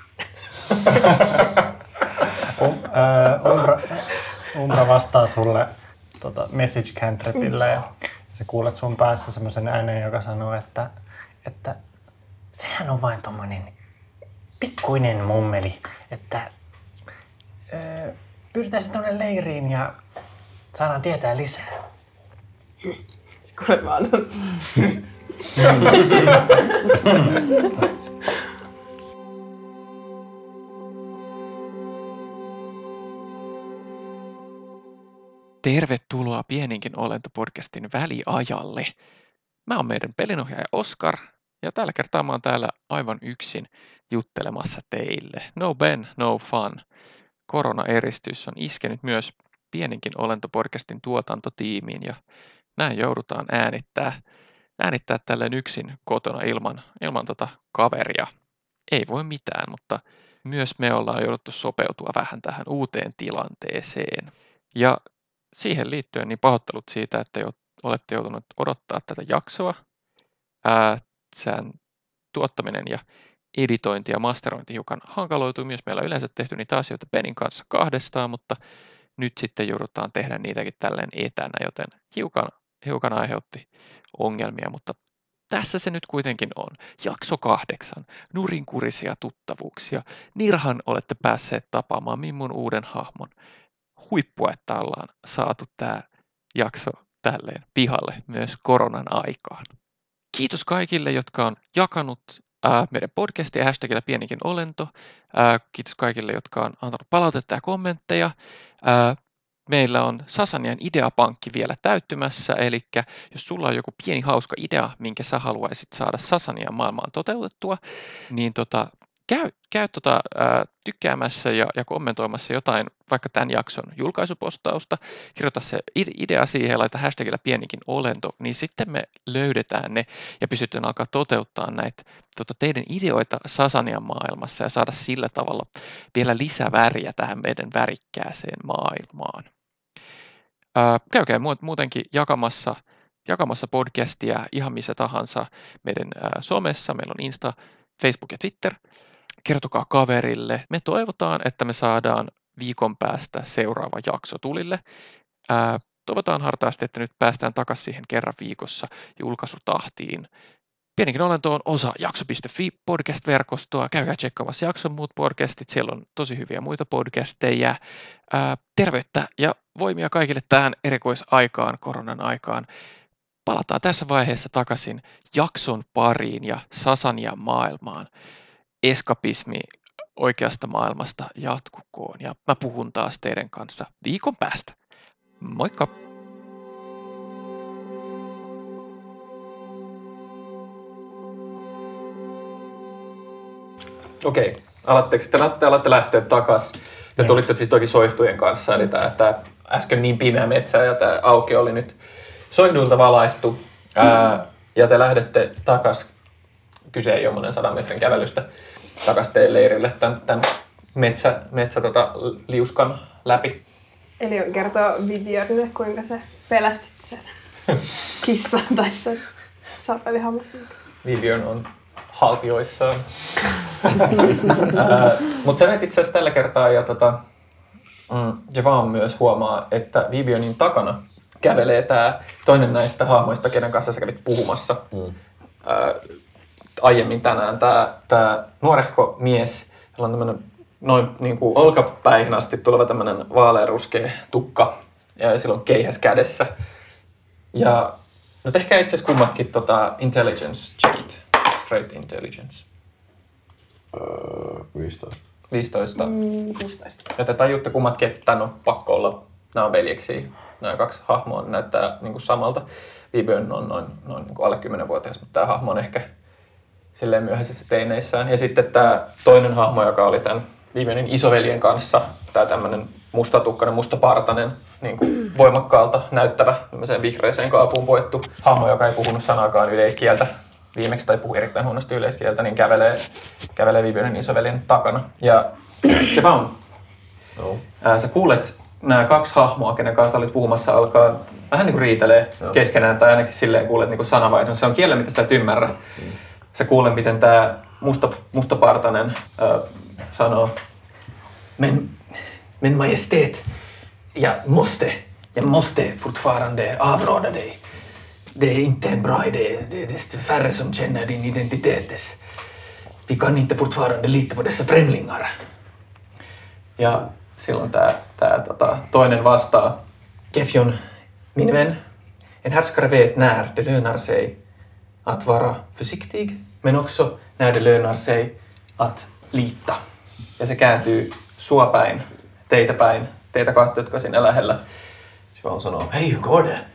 mukaan. Umbra vastaa sulle message cantripillä ja sä kuulet sun päässä semmoisen äänen, joka sanoo, että sehän on vain tommonen pikkuinen mummeli, että pyritään se tuonne leiriin ja saadaan tietää lisää. Kuulet vaan. Tervetuloa Pieninkin olento-podcastin väliajalle. Mä oon meidän pelinohjaaja Oskar ja tällä kertaa mä oon täällä aivan yksin juttelemassa teille. No Ben, no fun. Koronaeristys on iskenyt myös Pieninkin olento-podcastin tuotantotiimiin ja näin joudutaan äänittää tälleen yksin kotona ilman kaveria. Ei voi mitään, mutta myös me ollaan jouduttu sopeutua vähän tähän uuteen tilanteeseen. Ja siihen liittyen niin pahoittelut siitä, että olette joutuneet odottaa tätä jaksoa. Sen tuottaminen ja editointi ja masterointi hiukan hankaloituu. Myös meillä on yleensä tehty niitä asioita Benin kanssa kahdestaan, mutta nyt sitten joudutaan tehdä niitäkin tälleen etänä, joten hiukan aiheutti ongelmia, mutta tässä se nyt kuitenkin on. Jakso 8. Nurinkurisia tuttavuuksia. Nirhan olette päässeet tapaamaan Mimmun uuden hahmon. Huippua, että ollaan saatu tämä jakso tälleen pihalle myös koronan aikaan. Kiitos kaikille, jotka on jakanut meidän podcastia hashtagillä pienikin olento. Kiitos kaikille, jotka on antanut palautetta ja kommentteja. Meillä on Sasanian ideapankki vielä täyttymässä, eli jos sulla on joku pieni hauska idea, minkä sä haluaisit saada Sasanian maailmaan toteutettua, niin käy tykkäämässä ja kommentoimassa jotain, vaikka tämän jakson julkaisupostausta, kirjoita se idea siihen ja laita hashtagillä pienikin olento, niin sitten me löydetään ne ja pystytään alkaa toteuttaa näitä teidän ideoita Sasanian maailmassa ja saada sillä tavalla vielä lisäväriä tähän meidän värikkääseen maailmaan. Käykää muutenkin jakamassa podcastia ihan missä tahansa meidän somessa. Meillä on Insta, Facebook ja Twitter. Kertokaa kaverille. Me toivotaan, että me saadaan viikon päästä seuraava jakso tulille. Toivotaan hartaasti, että nyt päästään takaisin siihen kerran viikossa julkaisutahtiin. Pienikin olento on osa jakso.fi podcast-verkostoa. Käykää tsekkaamassa jakson muut podcastit. Siellä on tosi hyviä muita podcasteja. Terveyttä ja voimia kaikille tähän erikoisaikaan, koronan aikaan. Palataan tässä vaiheessa takaisin jakson pariin ja Sasanian maailmaan. Eskapismi oikeasta maailmasta jatkukoon ja mä puhun taas teidän kanssa viikon päästä. Moikka! Okei, alatte lähteä takaisin. Te tulitte siis toki soihtujen kanssa, eli tämä äsken niin pimeä metsä ja tämä auki oli nyt soihduilta valaistu. Ja te lähdette takaisin, kyse ei ole monen 100 metrin kävelystä, takaisin teidän leirille tämän liuskan läpi. Eli on kertoo Vivianille, kuinka se pelästytti sen kissan tai sen sapelihammasta. Vivian on haltioissaan. Mutta sä näet itse asiassa tällä kertaa ja Javan myös huomaa, että Vivianin takana kävelee tämä toinen näistä hahmoista, kenen kanssa sä kävit puhumassa aiemmin tänään. Tämä nuorehko mies, jolla on tämmöinen noin niin kuin olkapäihin asti tuleva tämmöinen vaaleanruskea tukka ja sillä on keihäs kädessä. Ja no tehkää itse asiassa kummatkin intelligence checkit. Straight intelligence. 15. 15. 16. Ja te tajutte kummatkin, että tämän on pakko olla, nämä on veljeksiä. Nämä kaksi hahmoa näyttää niin kuin samalta. Vivian on noin niin kuin alle 10-vuotias, mutta tämä hahmo on ehkä silleen myöhäisessä teineissään. Ja sitten tämä toinen hahmo, joka oli tämän Vivianin isoveljen kanssa, tämä tämmöinen mustatukkainen, mustapartainen, niin kuin voimakkaalta näyttävä, tämmöiseen vihreäseen kaapuun poettu hahmo, joka ei puhunut sanaakaan yleiskieltä viimeksi tai puhuu erittäin huonosti yleiskieltä, niin kävelee Vivianin isoveljen takana. Ja Javan, sä kuulet nämä kaksi hahmoa, kenen kanssa olit puhumassa, alkaa vähän niin kuin riitelee keskenään, tai ainakin silleen kuulet niin kuin sanavaihdon. Se on kielellä, mitä sä et ymmärrä. Sä kuulet, miten tämä mustapartainen sanoo Men majestät, jag måste fortfarande avråda dig. Det är inte en bra idé. Det är desto färre som känner din identitet. Vi kan inte fortfarande lita på dessa främlingar. Ja silloin tämä toinen vastaa. Gefjon, min vän, en härskare vet när det lönar sig att vara försiktig, men också när det lönar sig att lita. Ja se kääntyy sua päin, teitä kahta, jotka siinä lähellä. Se vaan sanoo, hei, hur går det?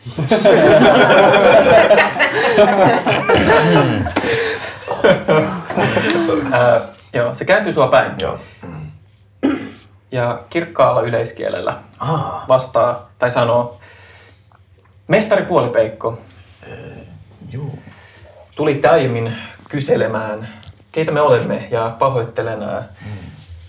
Joo, se kääntyy sua päin. Joo. Ja kirkkaalla yleiskielellä vastaa tai sanoo, mestari Puolipeikko, tulitte aiemmin kyselemään, keitä me olemme, ja pahoittelen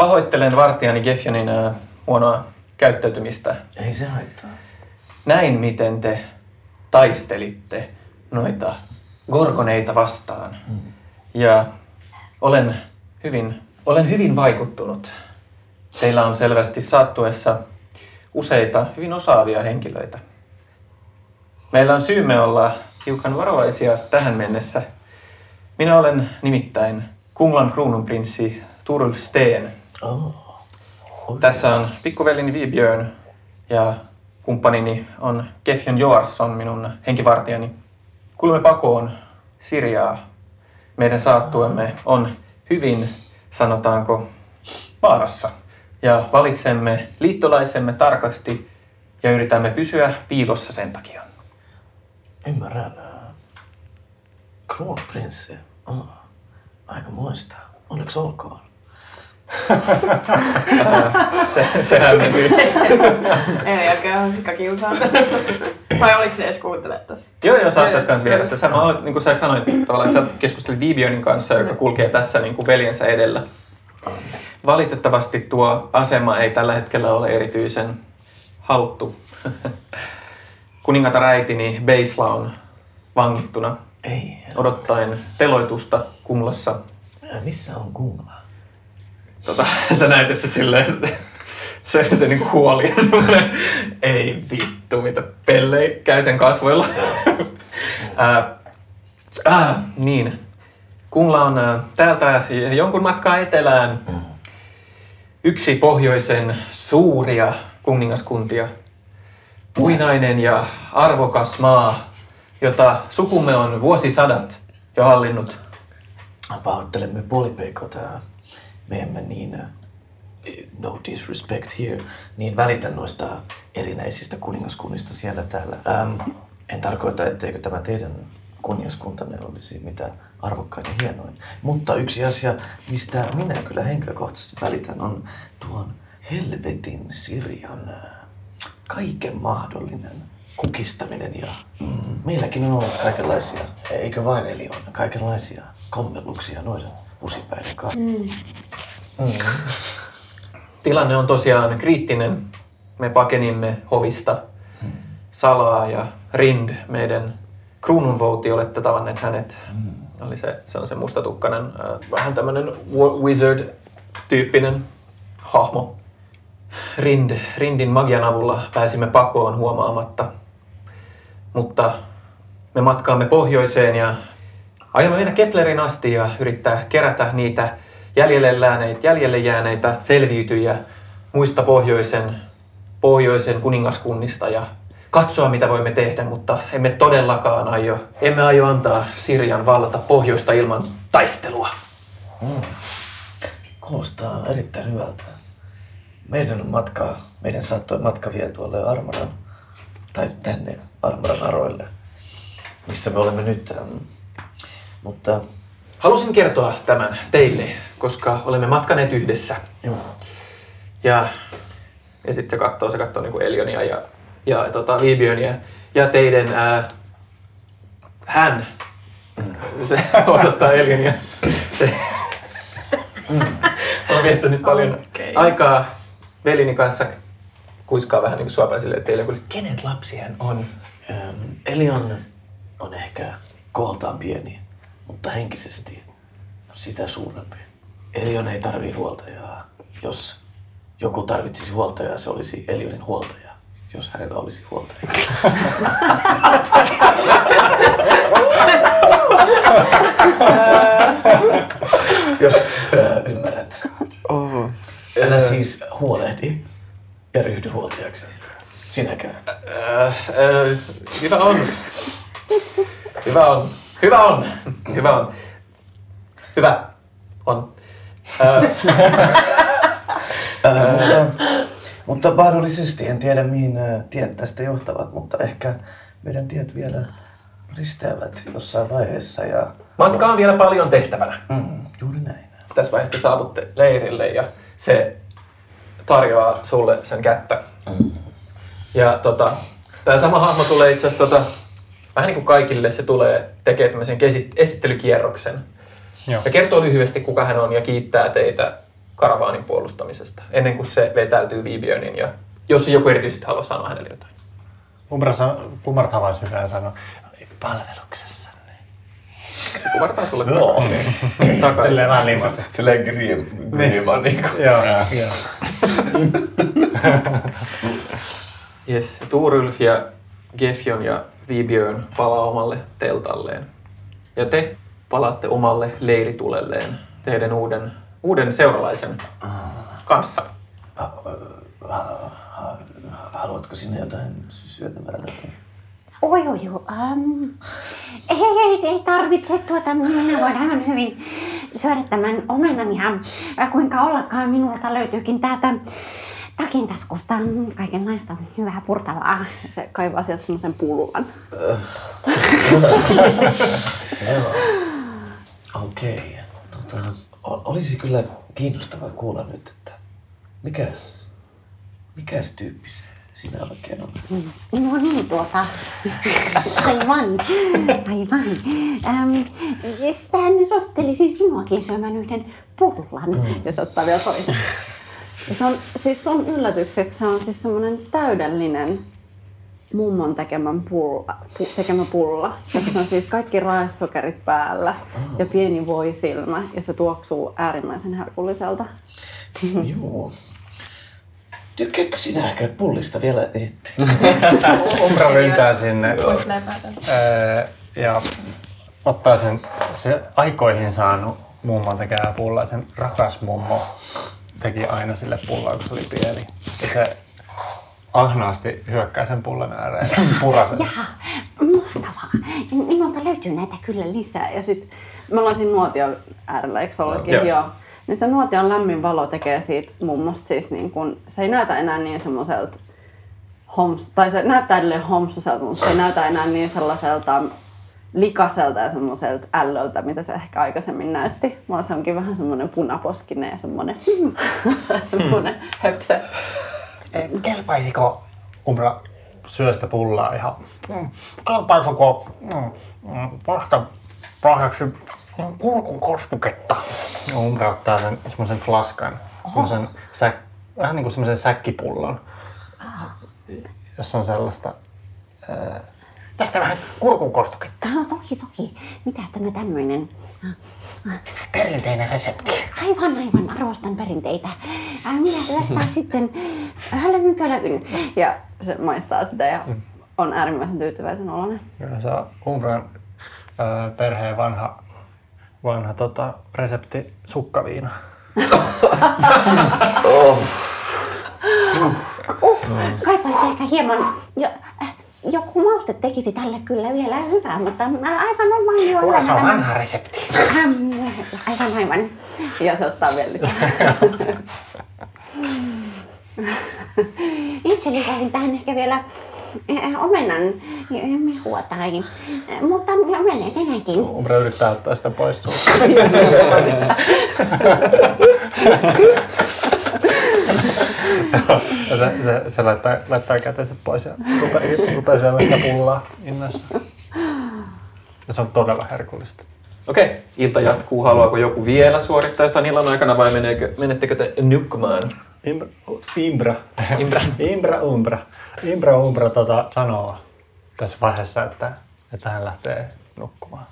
Pahoittelen vartijani Gefjonin huonoa käyttäytymistä. Ei se haittaa. Näin miten te taistelitte noita gorgoneita vastaan. Ja olen hyvin vaikuttunut. Teillä on selvästi saattuessa useita hyvin osaavia henkilöitä. Meillä on syymme olla hiukan varovaisia tähän mennessä. Minä olen nimittäin Kunglan kruununprinssi Turulf Steen. Tässä on pikkuvelini Vibjörn ja kumppanini on Gefjon Joarsson, minun henkivartijani. Kuulemme pakoon Siriaa. Meidän saattuemme on hyvin, sanotaanko, vaarassa. Ja valitsemme liittolaisemme tarkasti ja yritämme pysyä piilossa sen takia. Ymmärrän. Kruununprinssi. Aika muista. Onneksi olkoon. Sehän meni. Ei jälkeen sikakiusaan. Vai oliko se edes kuuntelemaan tässä? Joo, sä oot tässä kanssa vieressä. Niin kuin sä sanoit, tavallaan, että sä keskustelit Vibjörnin kanssa, joka kulkee tässä niin kuin veljensä edellä. Valitettavasti tuo asema ei tällä hetkellä ole erityisen haluttu. Kuningatar äitini Beisla on vangittuna. Odottaen teloitusta Kunglassa. Missä on Kungla? Sä näet, että se silleen, se niinku huoli ja semmoinen, ei vittu, mitä pellei käy sen kasvoilla. Niin. Kungla on täältä jonkun matkaa etelään yksi pohjoisen suuria kuningaskuntia. Muinainen ja arvokas maa, jota sukumme on vuosisadat jo hallinnut. Pahoittelemme puolipeikot. Me emme no disrespect here, niin välitä noista erinäisistä kuningaskunnista siellä täällä. En tarkoita, etteikö tämä teidän kuningaskuntanne olisi mitä arvokkain ja hienoin. Mutta yksi asia, mistä minä kyllä henkilökohtaisesti välitän, on tuon helvetin Sirian kaiken mahdollinen kukistaminen. Ja meilläkin on ollut kaikenlaisia, eikö vain Elion, kaikenlaisia kommelluksia noiden pusipäiden kanssa. Tilanne on tosiaan kriittinen. Me pakenimme hovista salaa ja Rind, meidän kruununvouti, olette tavanneet hänet. Oli se on se mustatukkainen, vähän tämmönen wizard-tyyppinen hahmo. Rindin magian avulla pääsimme pakoon huomaamatta. Mutta me matkaamme pohjoiseen ja aiomme mennä Keplerin asti ja yrittää kerätä niitä jäljelle jääneitä selviytyjiä muista pohjoisen kuningaskunnista ja katsoa mitä voimme tehdä, mutta emme todellakaan aio antaa Sirian vallata pohjoista ilman taistelua. Kuulostaa erittäin hyvältä. Meidän saattoi matka vie tuolle Armoran, tai tänne Armoran aroille, missä me olemme nyt. Mutta halusin kertoa tämän teille, koska olemme matkaneet yhdessä. Joo. Ja sitten se katsoo niin kuin Elionia ja Vibjörnia ja teidän hän. Se osoittaa Elionia. Olen viettänyt paljon aikaa veljeni kanssa. Kuiskaa vähän niin kuin suopäin silleen teille, kun kenen lapsi hän on? Elion on ehkä kooltaan pieni, mutta henkisesti sitä suurempi. Elion ei tarvitse huoltajaa. Jos joku tarvitsisi huoltajaa, se olisi Elionin huoltaja, jos hänellä olisi huoltaja. Jos ymmärrät. Älä siis huolehdi ja ryhdy huoltajaksi. Sinäkään. Hyvä on. Hyvä on. Hyvä on. Hyvä on. Hyvä on. Mutta mahdollisesti, en tiedä mihin tiet tästä johtavat, mutta ehkä meidän tiet vielä risteävät jossain vaiheessa. Ja matka on vielä paljon tehtävänä. Juuri näin. Tässä vaiheessa saavutte leirille ja se tarjoaa sulle sen kättä. Ja tämä sama hahmo tulee itse asiassa vähän niin kuin kaikille, se tulee tekemään tämmöisen esittelykierroksen. Joo. Ja kertoo lyhyesti kuka hän on ja kiittää teitä karavaanin puolustamisesta, ennen kuin se vetäytyy Vibjörnin, ja jos joku erityisesti haluaa sanoa hänelle jotain. Umbra kumartaa vain sydän ja sanoo, palveluksessanne. Se kumartaa sulle takaisin. Silleen vähän limaisesti. Silleen griima niinku. Joo. Yes. Tuurylf ja Gefjon ja Vibjörn palaa omalle teltalleen. Ja te palaatte omalle leiritulelleen teidän uuden seuralaisen kanssa. Haluatko sinne jotain syötävää? Oi. Ei tarvitse minä voin aivan hyvin syödä tämän omenan ja kuinka ollakaan minulta löytyykin täältä takin taskusta kaikenlaista hyvää purtavaa. Se kaivaa sieltä semmoisen pullan. Okei. Olisi kyllä kiinnostavaa kuulla nyt, että mikäs tyyppi se sinä oikein on? No niin, aivan. Sitähän suosittelisin sinuakin syömään yhden pullan. Ja se ottaa vielä toisen. Se on, siis sun yllätykseksi se on siis semmoinen täydellinen mummon tekemä pulla. Jossa on siis kaikki raesokerit päällä ja pieni voisilmä ja se tuoksuu äärimmäisen herkulliselta. Joo. Tykkäätkö sinä pullista vielä etti? Umbra ryntää sinne ja ottaa se aikoihin saanut mummon tekemään pulla. Sen rakas mummo teki aina sille pullaa, kun se oli pieni. Ja se ahnaasti hyökkää sen pullan ääreen ja purasen. Jaha, mahtavaa. Minulta löytyy näitä kyllä lisää. Ja sit me ollaan siinä nuotion äärellä, eikö olekin? Joo. Niin se nuotion lämmin valo tekee siitä mummosta siis niin kun, se ei näytä enää niin semmoiselta tai se näyttää edelleen homsuselta, mutta se ei näytä enää niin sellaiselta likaselta ja semmoiselta ällöltä, mitä se ehkä aikaisemmin näytti. Vaan se onkin vähän semmoinen punaposkinen ja semmoinen höpse. Kelpaisiko Umbra syö sitä pullaa ihan? Kelpaisiko vasta pahaksi kurkukostuketta? Umbra ottaa semmoisen flaskan, vähän niin kuin semmoisen säkkipullon, jossa on sellaista. Tästä vähän kurkukostuketta. Toki. Mitäs tämä tämmöinen? Perinteinen resepti. Aivan, arvostan perinteitä. Minä tästä sitten hälmykölyn. Ja se maistaa sitä ja on äärimmäisen tyytyväisen oloinen. Ja se on Umbran perheen vanha resepti sukkaviina. Kaipaisi ehkä hieman. Joku mauste tekisi tälle kyllä vielä hyvää, mutta aivan on mainio. Se on vanha resepti. Aivan. Ja se ottaa vielä lisää. Itse lisäsin tähän ehkä vielä omenan mehua tai, mutta menee se näinkin. Umbra yrittää ottaa sitä pois suusta. Se laittaa kätensä pois ja rupeaa syömään sitä pullaa innoissa. Ja se on todella herkullista. Okei, ilta jatkuu. Haluaako joku vielä suorittaa jotain illan aikana vai menettekö te nukkumaan? Umbra sanoo tässä vaiheessa, että hän lähtee nukkumaan.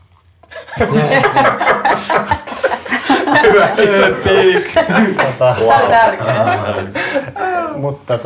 Hyvä kritik. Tämä on tärkeää. Mutta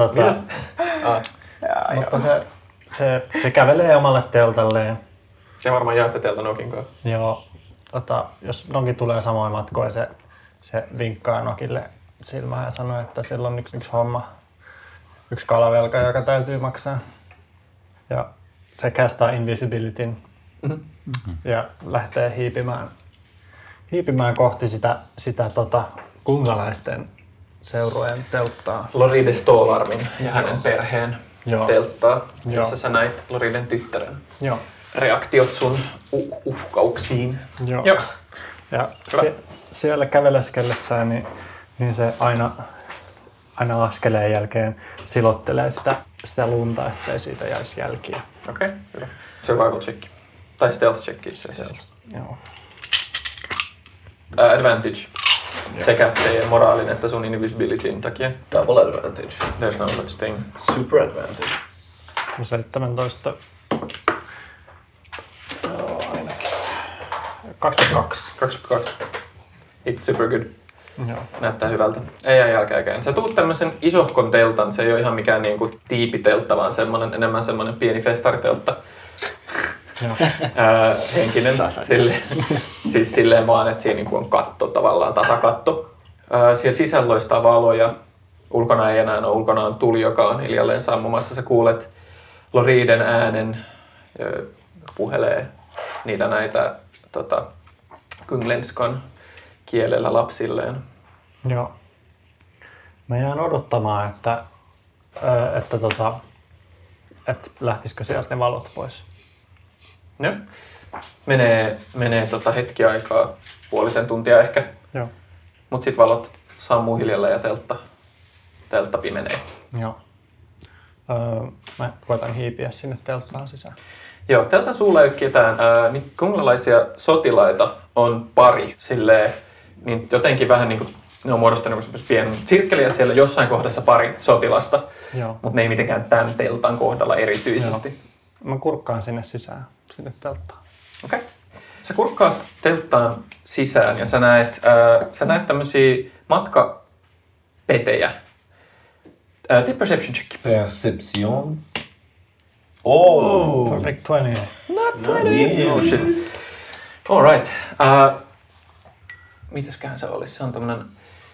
se kävelee omalle teltalleen. Se varmaan jaatte teiltä Nokin kanssa. Joo. Jos Noki tulee samoin matkoin, se vinkkaa Nokille silmään ja sanoo, että sillä on yksi homma, yksi kalavelka, joka täytyy maksaa. Ja se castaa invisibilityn ja lähtee hiipimään kohti sitä kunkalaisten seurueen telttaa. Loride Stolarmin ja hänen perheen telttaa, jossa Joo. sä näit Loriden tyttären Joo. reaktiot sun uhkauksiin. Joo. Ja siellä käveleskellessään niin se aina askeleen jälkeen silottelee sitä lunta, ettei siitä jäisi jälkiä. Okei, hyvä. Survival check. Tai stealth check itse asiassa. Joo. Advantage. sekä teidän moraalin että sun invisibilityn takia. Double advantage. There's no such thing. Super advantage. 17. Ainakin. 22. 22. It's super good. Joo. Näyttää hyvältä. Ei jää jälkeenkään. Sä tuut tämmösen isohkon teltan. Se ei ole ihan mikään niinku tiipiteltta, vaan enemmän semmonen pieni festariteltta. Henkinen. Siis silleen vaan, että siinä niinku on katto tavallaan, tasakatto. Sieltä sisällä loistaa valoja. Ulkona ei enää ole. Ulkona on tuli, joka on hiljalleen sammumassa. Sä kuulet Loriden äänen. Puhelee niitä näitä Kunglenskan kielellä lapsilleen. Joo. Mä jään odottamaan, että lähtisikö sieltä ne valot pois. Joo. Menee hetki aikaa, puolisen tuntia ehkä. Joo. Mut sit valot sammuu hiljalleen ja teltta pimenee. Joo. Mä koitan hiipiä sinne telttaan sisään. Joo, teltan suulla ei ole ketään. Niin kunglalaisia sotilaita on pari silleen, niin jotenkin vähän niinku ne on muodostanut pienen sirkkeliä siellä jossain kohdassa pari sotilasta, mutta ne ei mitenkään tämän teltan kohdalla erityisesti. Joo. Mä kurkkaan sinne sisään, sinne telttaan. Okei. Sä kurkkaat telttaan sisään ja sä näet tämmösiä matkapetejä. Tee perception check. Perception. Oh! Perfect 20. Not 20! Oh shit. Alright. Mitäsköhän se olisi? Se on tämmönen...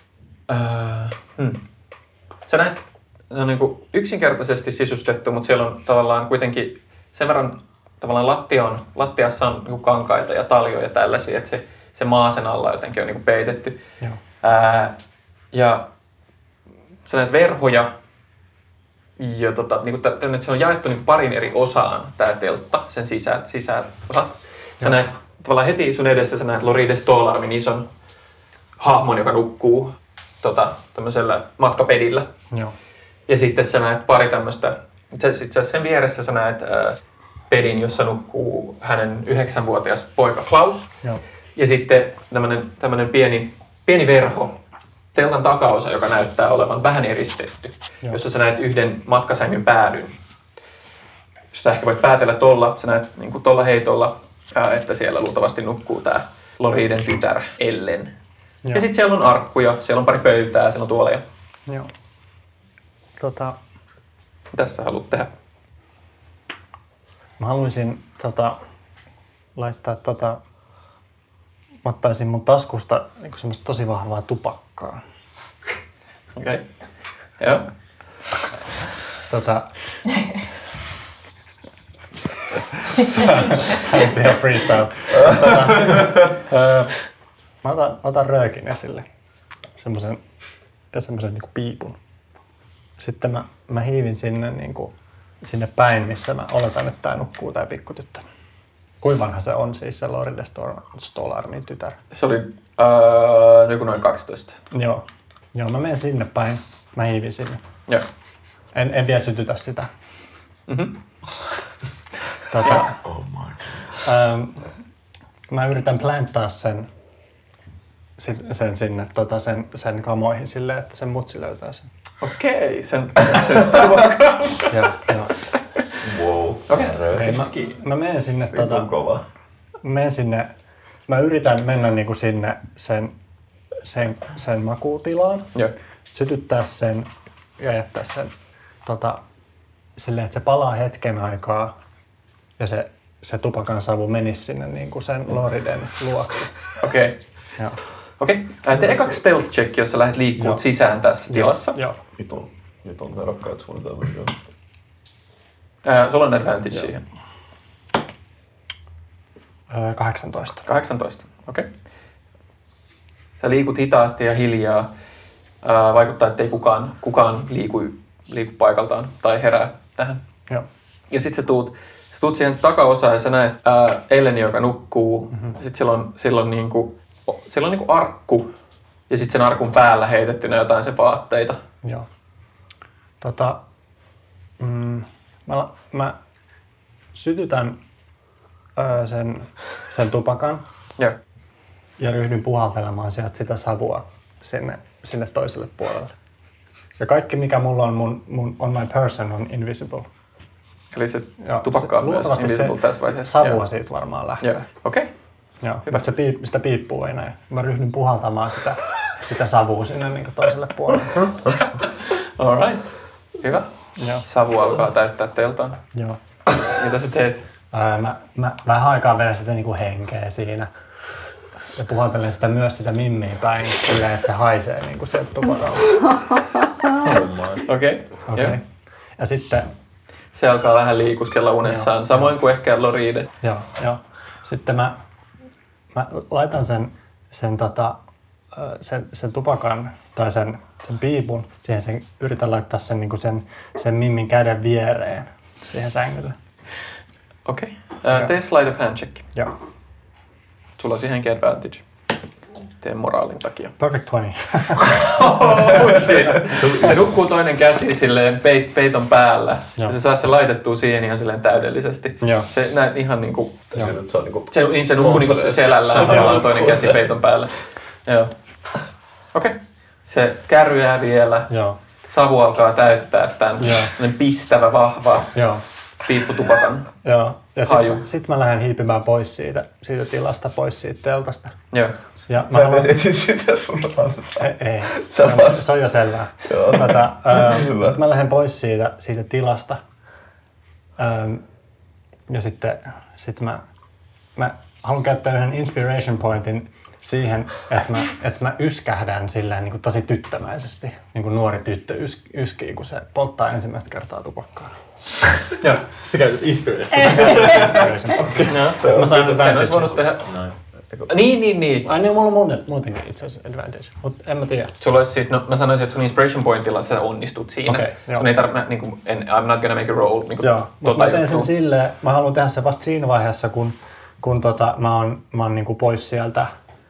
Sä näet, se on niinku yksinkertaisesti sisustettu, mutta siellä on tavallaan kuitenkin sen verran tavallaan lattiassa on niinku kankaita ja taljoja ja tällaisia, että se maa sen alla jotenkin on niinku peitetty. Joo. Ja sä näet verhoja ja niinku että se on jaettu niinku parin eri osaan tää teltta, sen sisäosat. Sä näet tavallaan heti sun edessä sä näet Loride Stolarmin ison hahmon, joka nukkuu tämmöisellä matkapedillä. Joo. Ja sitten sä näet pari tämmöistä, sen vieressä sä näet pedin, jossa nukkuu hänen 9-vuotias poika Klaus. Joo. Ja sitten tämmönen pieni verho, teltan takaosa, joka näyttää olevan vähän eristetty, jossa sä näet yhden matkasängyn päädyn. Sä ehkä voit päätellä sä näet niin tolla heitolla, että siellä luultavasti nukkuu tää Loriden tytär Ellen. Joo. Ja sitten siellä on arkkuja, siellä on pari pöytää, siellä on tuoleja. Joo. Mitä sä haluat tehdä? Mä haluaisin laittaa mä ottaisin mun taskusta niinku semmoista tosi vahvaa tupakkaa. Okei. Joo. Ihan freestyle. Mä otan röökin esille. Semmosen niinku piipun. Sitten mä hiivin sinne päin, missä mä oletan, että tää nukkuu tää pikkutyttö. Kuinka vanha se on siis se Loride Stolarmin tytär? Se oli joku noin 12. Joo, mä menen sinne päin. Mä hiivin sinne. Joo. En vielä sytytä sitä. Mm-hmm. Oh my God. Mä yritän planttaa sen sinne sen kamoihin silleen, että sen mutsi löytää sen. Okei, sen tupakan. Joo. Wow. Okei. Mä menen sinne kova. Mä yritän mennä niinku sinne sen makuutilaan. Joo. Sytyttää sen ja jättää sen silleen, että se palaa hetken aikaa ja se tupakan savu menisi sinne niinku sen Loriden luokse. Okei. Joo. Okei. Tee ekaksi stealth check, jos sä lähdet liikkumaan sisään tässä tilassa. Joo. Nyt on verokkaat suunnitelmat. Sulla on advantage siihen. 18. 18. Okei. Sä liikut hitaasti ja hiljaa. Vaikuttaa, ettei kukaan liiku paikaltaan tai herää tähän. Joo. Ja sit sä tuut siihen takaosaan ja sä näet Elleni, joka nukkuu. Mm-hmm. Sit siellä on niinku arkku. Ja sit sen arkun päällä heitettynä jotain sen vaatteita. Joo. Mä sytytän sen tupakan. Joo. Ja ryhdyn puhaltelemaan sieltä sitä savua sinne toiselle puolelle. Ja kaikki mikä mulla on mun on my person on invisible. Eli se tupakka on myös invisible tässä vaiheessa. Savua siitä varmaan lähtee. Joo, okei. Joo, mutta sitä piippuu ei näin. Mä ryhdyn puhaltamaan sitä savua sinne niin toiselle puolelle. Alright, hyvä. Joo. Savu alkaa täyttää teltan. Joo. Mitä sä teet? Mä vähän aikaa vedän sitä niinku henkeä siinä. Ja puhaltelen sitä myös sitä mimmiin päin silleen, että se haisee niinku sieltä tupakalta. Okei. Ja sitten se alkaa vähän liikuskella unessaan, samoin kuin ehkä Loride. Joo. Sitten mä laitan sen tupakan tai sen piipun siihen, yritän laittaa sen mimmin käden viereen siihen sängylle. Okei. Tee slide of hand check. Joo. Sulla on siihenkin advantage. Tee moraalin takia. Perfect 20. Se nukkuu toinen käsi silleen peiton päällä. Ja sä saat sen laitettua siihen ihan silleen täydellisesti. Joo. Se näet ihan niinku... Se on niinku... Se nukkuu niinku selällään tavallaan toinen käsi peiton päällä. Joo. Okei. Se kärryää vielä. Joo. Savu alkaa täyttää tämän pistävä, vahva piipputupakan. Joo. Ja sit mä lähden hiipimään pois siitä tilasta, pois siitä teltasta. Joo. Sä et esi sitä sun kanssa. Ei. Se on jo selvää. Sitten mä lähden pois siitä tilasta. Ja sitten mä haluan käyttää yhden inspiration pointin siihen, että mä yskähdän silleen niin kuin tosi tyttömäisesti. Niin kuin nuori tyttö yskii, kun se polttaa ensimmäistä kertaa tupakkaa. Joo. Sä käytät inspiration. Mä saan advantage. Niin. Ai niin, mulla on muutenkin itse asiassa advantage, mutta en mä tiedä. Sulla olisi siis, mä sanoisin, että sun inspiration pointilla sä onnistut siinä. Okay, sun ei tarvitse, niin I'm not gonna make a roll. Niin joo, mutta mä teen sen silleen, mä haluan tehdä sen vasta siinä vaiheessa, kun mä oon niin kuin pois sieltä.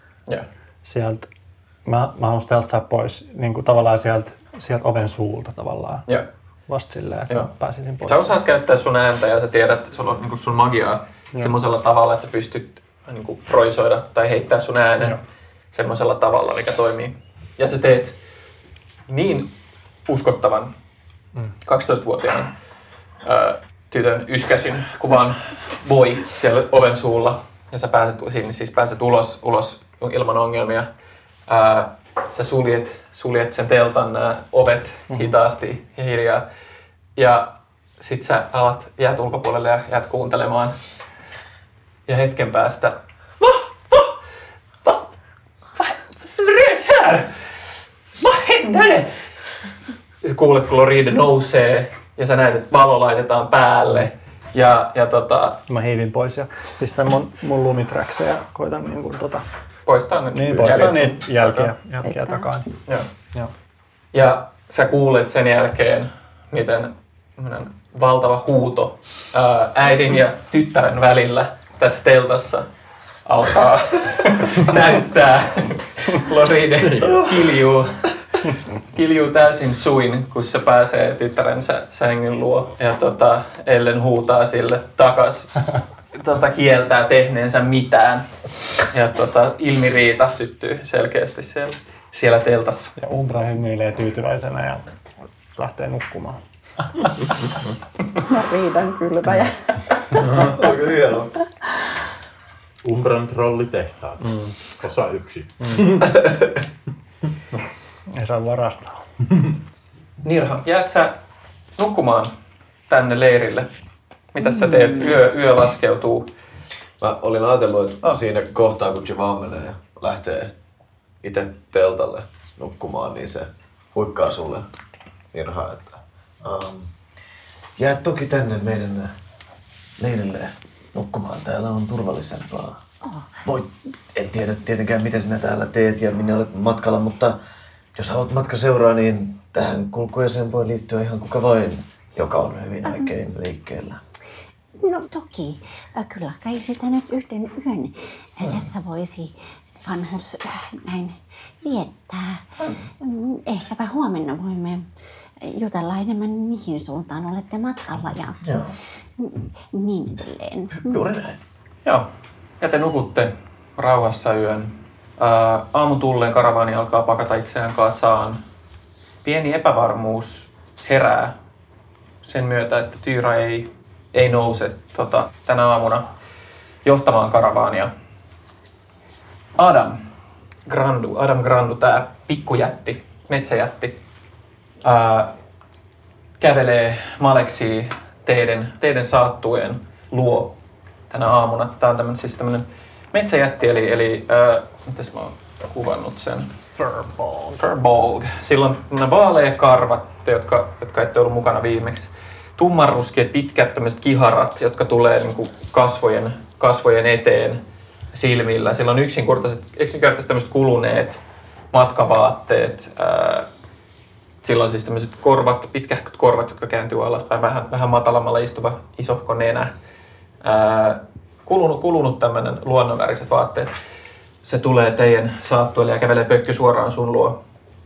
Mä haluan stealthaa pois niin kuin tavallaan sieltä oven suulta tavallaan. Joo. Vasta silleen, että mä pääsisin pois. Sä osaat käyttää sun ääntä ja sä tiedät, että sulla on niin kuin sun magiaa semmoisella tavalla, että sä pystyt niin kuin proisoida tai heittää sun äänen semmoisella tavalla, mikä toimii. Ja sä teet niin uskottavan 12-vuotiaan tytön yskäsyn kuvan boy siellä oven suulla. Ja sä pääset ulos ilman ongelmia. Sä suljet sen teltan ovet hitaasti ja hiljaa. Ja sit sä jäät ulkopuolelle ja jäät kuuntelemaan. Ja hetken päästä... Vad händer? Sä kuulet, kun Loride nousee ja sä näet, että valo laitetaan päälle. Mä hiivin pois ja pistän mun lumiträksejä ja koitan poistaa niitä jälkiä takaa. Joo. Ja sä kuulet sen jälkeen, miten valtava huuto äidin ja tyttären välillä tässä teltassa alkaa näyttää. Loride kiljuu täysin suin, kun se pääsee tyttärensä sängyn luo. Ja Ellen huutaa sille takas. Kieltää tehneensä mitään. Ja ilmiriita syttyy selkeästi siellä teltassa. Ja Umbra hymyilee tyytyväisenä ja lähtee nukkumaan. Mä riidan kylväjä. Aika hienoa. Umbran trollitehtaat. Osa 1. Ei saa varastaa. Nirha, jäät sä nukkumaan tänne leirille? Mitäs sä teet? Yö laskeutuu. Mä olin ajatellut, että siinä kohtaa kun Javan menee ja lähtee itse teltalle nukkumaan, niin se huikkaa sulle Nirha, että jää toki tänne meidän leirille nukkumaan. Täällä on turvallisempaa. En tiedä tietenkään mitä sinä täällä teet ja minä olet matkalla, mutta jos haluat matkaseuraa, niin tähän kulkueeseen voi liittyä ihan kuka vain, joka on hyvin oikein liikkeellä. No toki. Kyllä kai sitä nyt yhden yön tässä voisi vanhus näin viettää. Ehkäpä huomenna voimme jutella enemmän, mihin suuntaan olette matkalla ja niin edelleen. Juuri näin. Joo. Ja te nukutte rauhassa yön. Aamun tulleen karavaani alkaa pakata itseään kasaan. Pieni epävarmuus herää sen myötä, että Tyra ei nouse tänä aamuna johtamaan karavaania. Adam Grandu, tää pikkujätti, metsäjätti, kävelee Maleksia teidän saattueen luo tänä aamuna. Tää on tämmönen metsäjätti, eli mitäs mä oon kuvannut sen? Furbolg. Sillä on nämä vaaleakarvat, jotka ette ollut mukana viimeksi. Tummanruskeat pitkät tämmöiset kiharat, jotka tulee niin kuin kasvojen eteen silmillä. Sillä on yksinkertaiset tämmöiset kuluneet matkavaatteet. Sillä on siis tämmöiset pitkähköt korvat, jotka kääntyy alaspäin, vähän matalammalla istuva isohko nenä. Kulunut tämmöinen luonnonväriset vaatteet. Se tulee teidän saattuelle ja kävelee pökkö suoraan sun luo.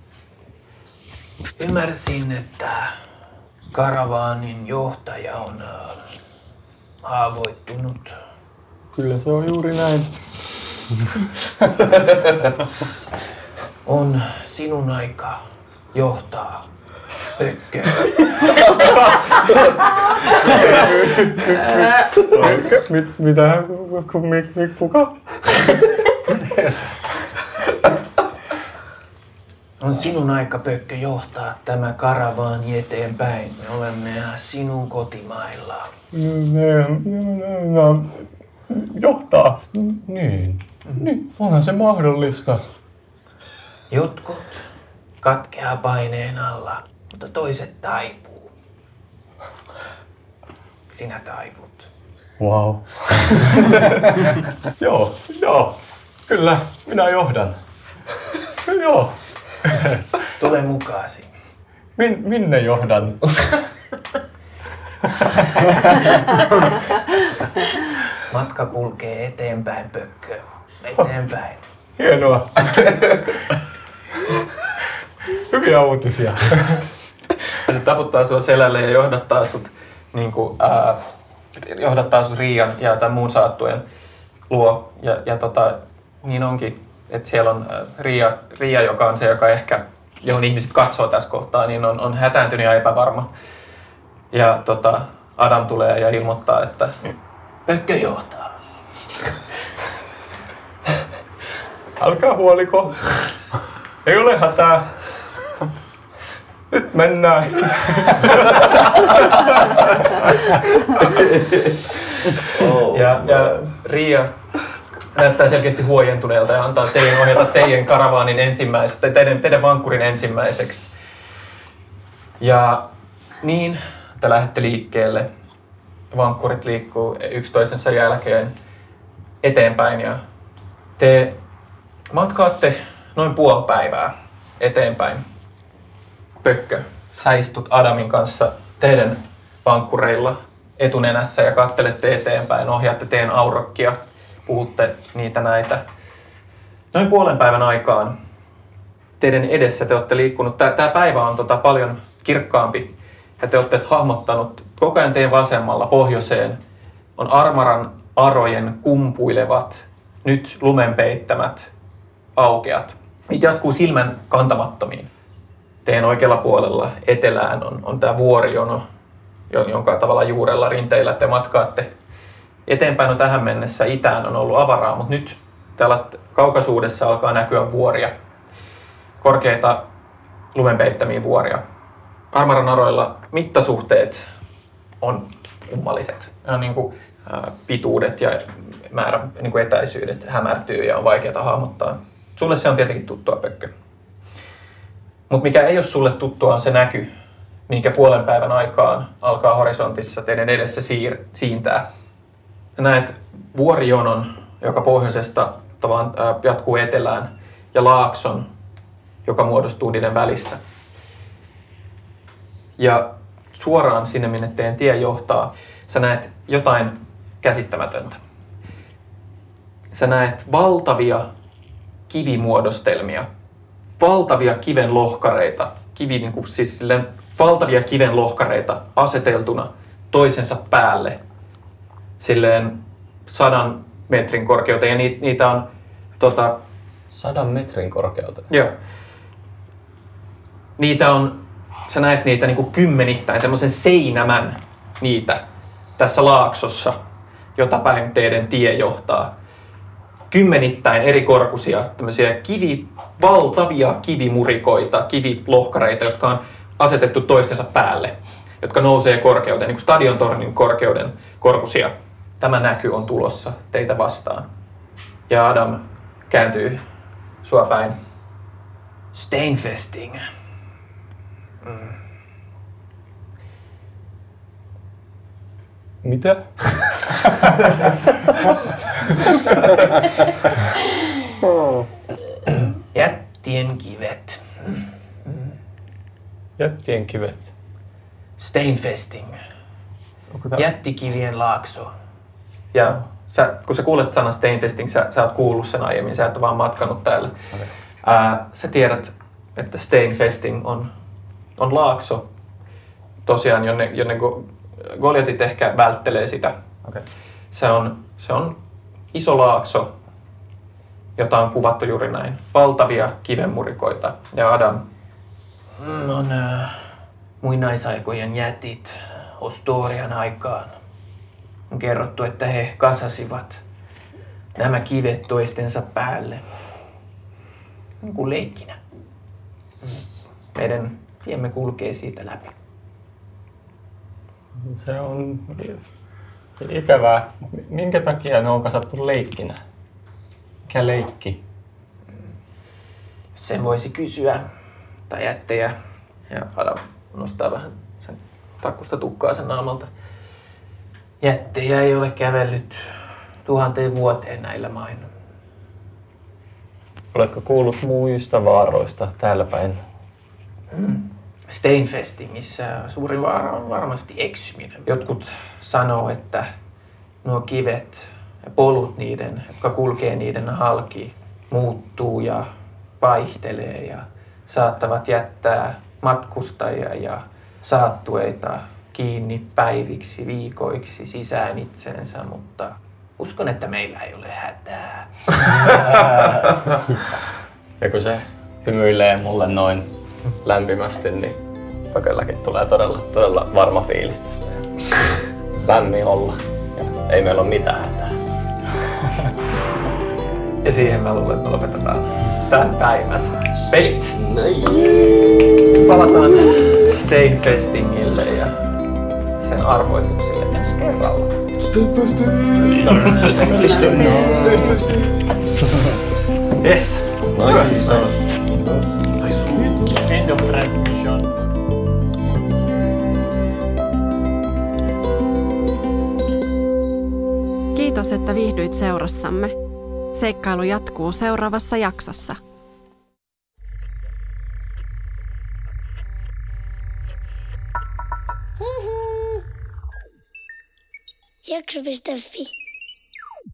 Ymmärsin, että karavaanin johtaja on haavoittunut. Kyllä se on juuri näin. On sinun aika johtaa pökköä. Mitä? Kuka? Yes. On sinun aika, Pökkö, johtaa tämä karavaani eteenpäin. Me olemme sinun kotimailla. Johtaa? Niin. Onhan se mahdollista. Jotkut katkeaa paineen alla, mutta toiset taipuu. Sinä taiput. Wow. Joo. Kyllä, minä johdan. Joo. Tule mukaasi. Minne johdan? Matka kulkee eteenpäin, Pökkö. Eteenpäin. Hienoa. Hyviä uutisia. Se taputtaa sua selälle ja johdattaa sut Riian ja tämän muun saattueen luo. Ja niin onkin, että siellä on Riia, joka on se, johon ihmiset katsoo tässä kohtaa, niin on hätääntynyt ja epävarma. Ja Adam tulee ja ilmoittaa, että Pökkö johtaa. Älkää huoliko. Ei ole hätää. Nyt mennään. Ja Riia näyttää selkeästi huojentuneelta ja antaa teidän ohjata teidän karavaanin ensimmäiseksi, tai teidän vankkurin ensimmäiseksi. Ja niin, te lähdette liikkeelle. Vankkurit liikkuu yksi toisensa jälkeen eteenpäin ja te matkaatte noin puoli päivää eteenpäin. Pökkö, sä istut Adamin kanssa teidän vankkureilla etunenässä ja kattelette eteenpäin, ohjaatte teidän aurokkia, puhutte niitä näitä. Noin puolen päivän aikaan teidän edessä te olette liikkunut. Tämä päivä on paljon kirkkaampi ja te olette hahmottanut koko ajan teidän vasemmalla pohjoiseen on Armaran arojen kumpuilevat, nyt lumen peittämät aukeat. Niitä jatkuu silmän kantamattomiin. Teidän oikealla puolella etelään on tämä vuorijono, jonka tavalla juurella rinteillä te matkaatte. Eteenpäin on tähän mennessä itään on ollut avaraa, mutta nyt täällä kaukaisuudessa alkaa näkyä vuoria. Korkeita lumenpeittämiä vuoria. Armaran aroilla mittasuhteet on kummalliset. Ne on pituudet ja määrä, etäisyydet hämärtyy ja on vaikeaa hahmottaa. Sulle se on tietenkin tuttua, Pökkö. Mutta mikä ei ole sulle tuttua on se näky, minkä puolen päivän aikaan alkaa horisontissa teidän edessä siintää. Näet vuorijonon, joka pohjoisesta tavallaan jatkuu etelään, ja laakson, joka muodostuu niiden välissä. Ja suoraan sinne, minne teidän tie johtaa, sä näet jotain käsittämätöntä. Sä näet valtavia kivimuodostelmia, valtavia kivenlohkareita, valtavia kivenlohkareita aseteltuna toisensa päälle silleen 100 metrin korkeuteen. Ja niitä on 100 metrin korkeuteen. Joo. Niitä on, sä näet niitä niinku kymmenittäin, semmoisen seinämän niitä tässä laaksossa, jota päin teidän tie johtaa. Kymmenittäin eri korkuisia tämmöisiä valtavia kivimurikoita, kivilohkareita, jotka on asetettu toistensa päälle, jotka nousee korkeuteen, niin kuin stadiontornin korkeuden korkuisia. Tämä näky on tulossa teitä vastaan. Ja Adam kääntyy sua päin. Steinfesting. Mitä? Jättien kivet. Jättien kivet. Steinfesting. Jättikivien laakso. Ja kun sä kuulet sanan Steinfesting, sä oot kuullut sen aiemmin, sä et ole vaan matkannut täällä. Okay. Sä tiedät, että Steinfesting on laakso, tosiaan, jonne Goljatit ehkä välttelee sitä. Okay. Se on iso laakso, jota on kuvattu juuri näin. Valtavia kivenmurikoita. Ja Adam on muinaisaikojen jätit Ostorian aikaan. On kerrottu, että he kasasivat nämä kivet toistensa päälle. Niin kuin leikkinä. Meidän tiemme kulkee siitä läpi. Se on ikävää. Minkä takia ne on kasattu leikkinä? Mikä leikki? Sen voisi kysyä. Tai jättejä. Ja Adam nostaa vähän sen takkusta tukkaa sen naamalta. Jättejä ei ole kävellyt 1000 vuoteen näillä main. Oletko kuullut muista vaaroista täällä päin? Steinfestingissä suurin vaara on varmasti eksyminen. Jotkut sanoo, että nuo kivet ja polut niiden, jotka kulkee niiden halki, muuttuu ja vaihtelee ja saattavat jättää matkustajia ja saattueita kiinni päiviksi, viikoiksi sisään itseensä, mutta uskon, että meillä ei ole hätää. Ja kun se hymyilee mulle noin lämpimästi, niin Pökölläkin tulee todella varma fiilis tästä. Lämmin olla. Ja ei meillä ole mitään hätää. Ja siihen mä luulen, että me lopetetaan tämän päivän pelit. Palataan Steinfestingille ja sen arvoituksille ensi kerralla. Steinfesting! Yes. Nice. End of transmission. Kiitos, että viihdyit seurassamme. Seikkailu jatkuu seuraavassa jaksossa. Jakso.fi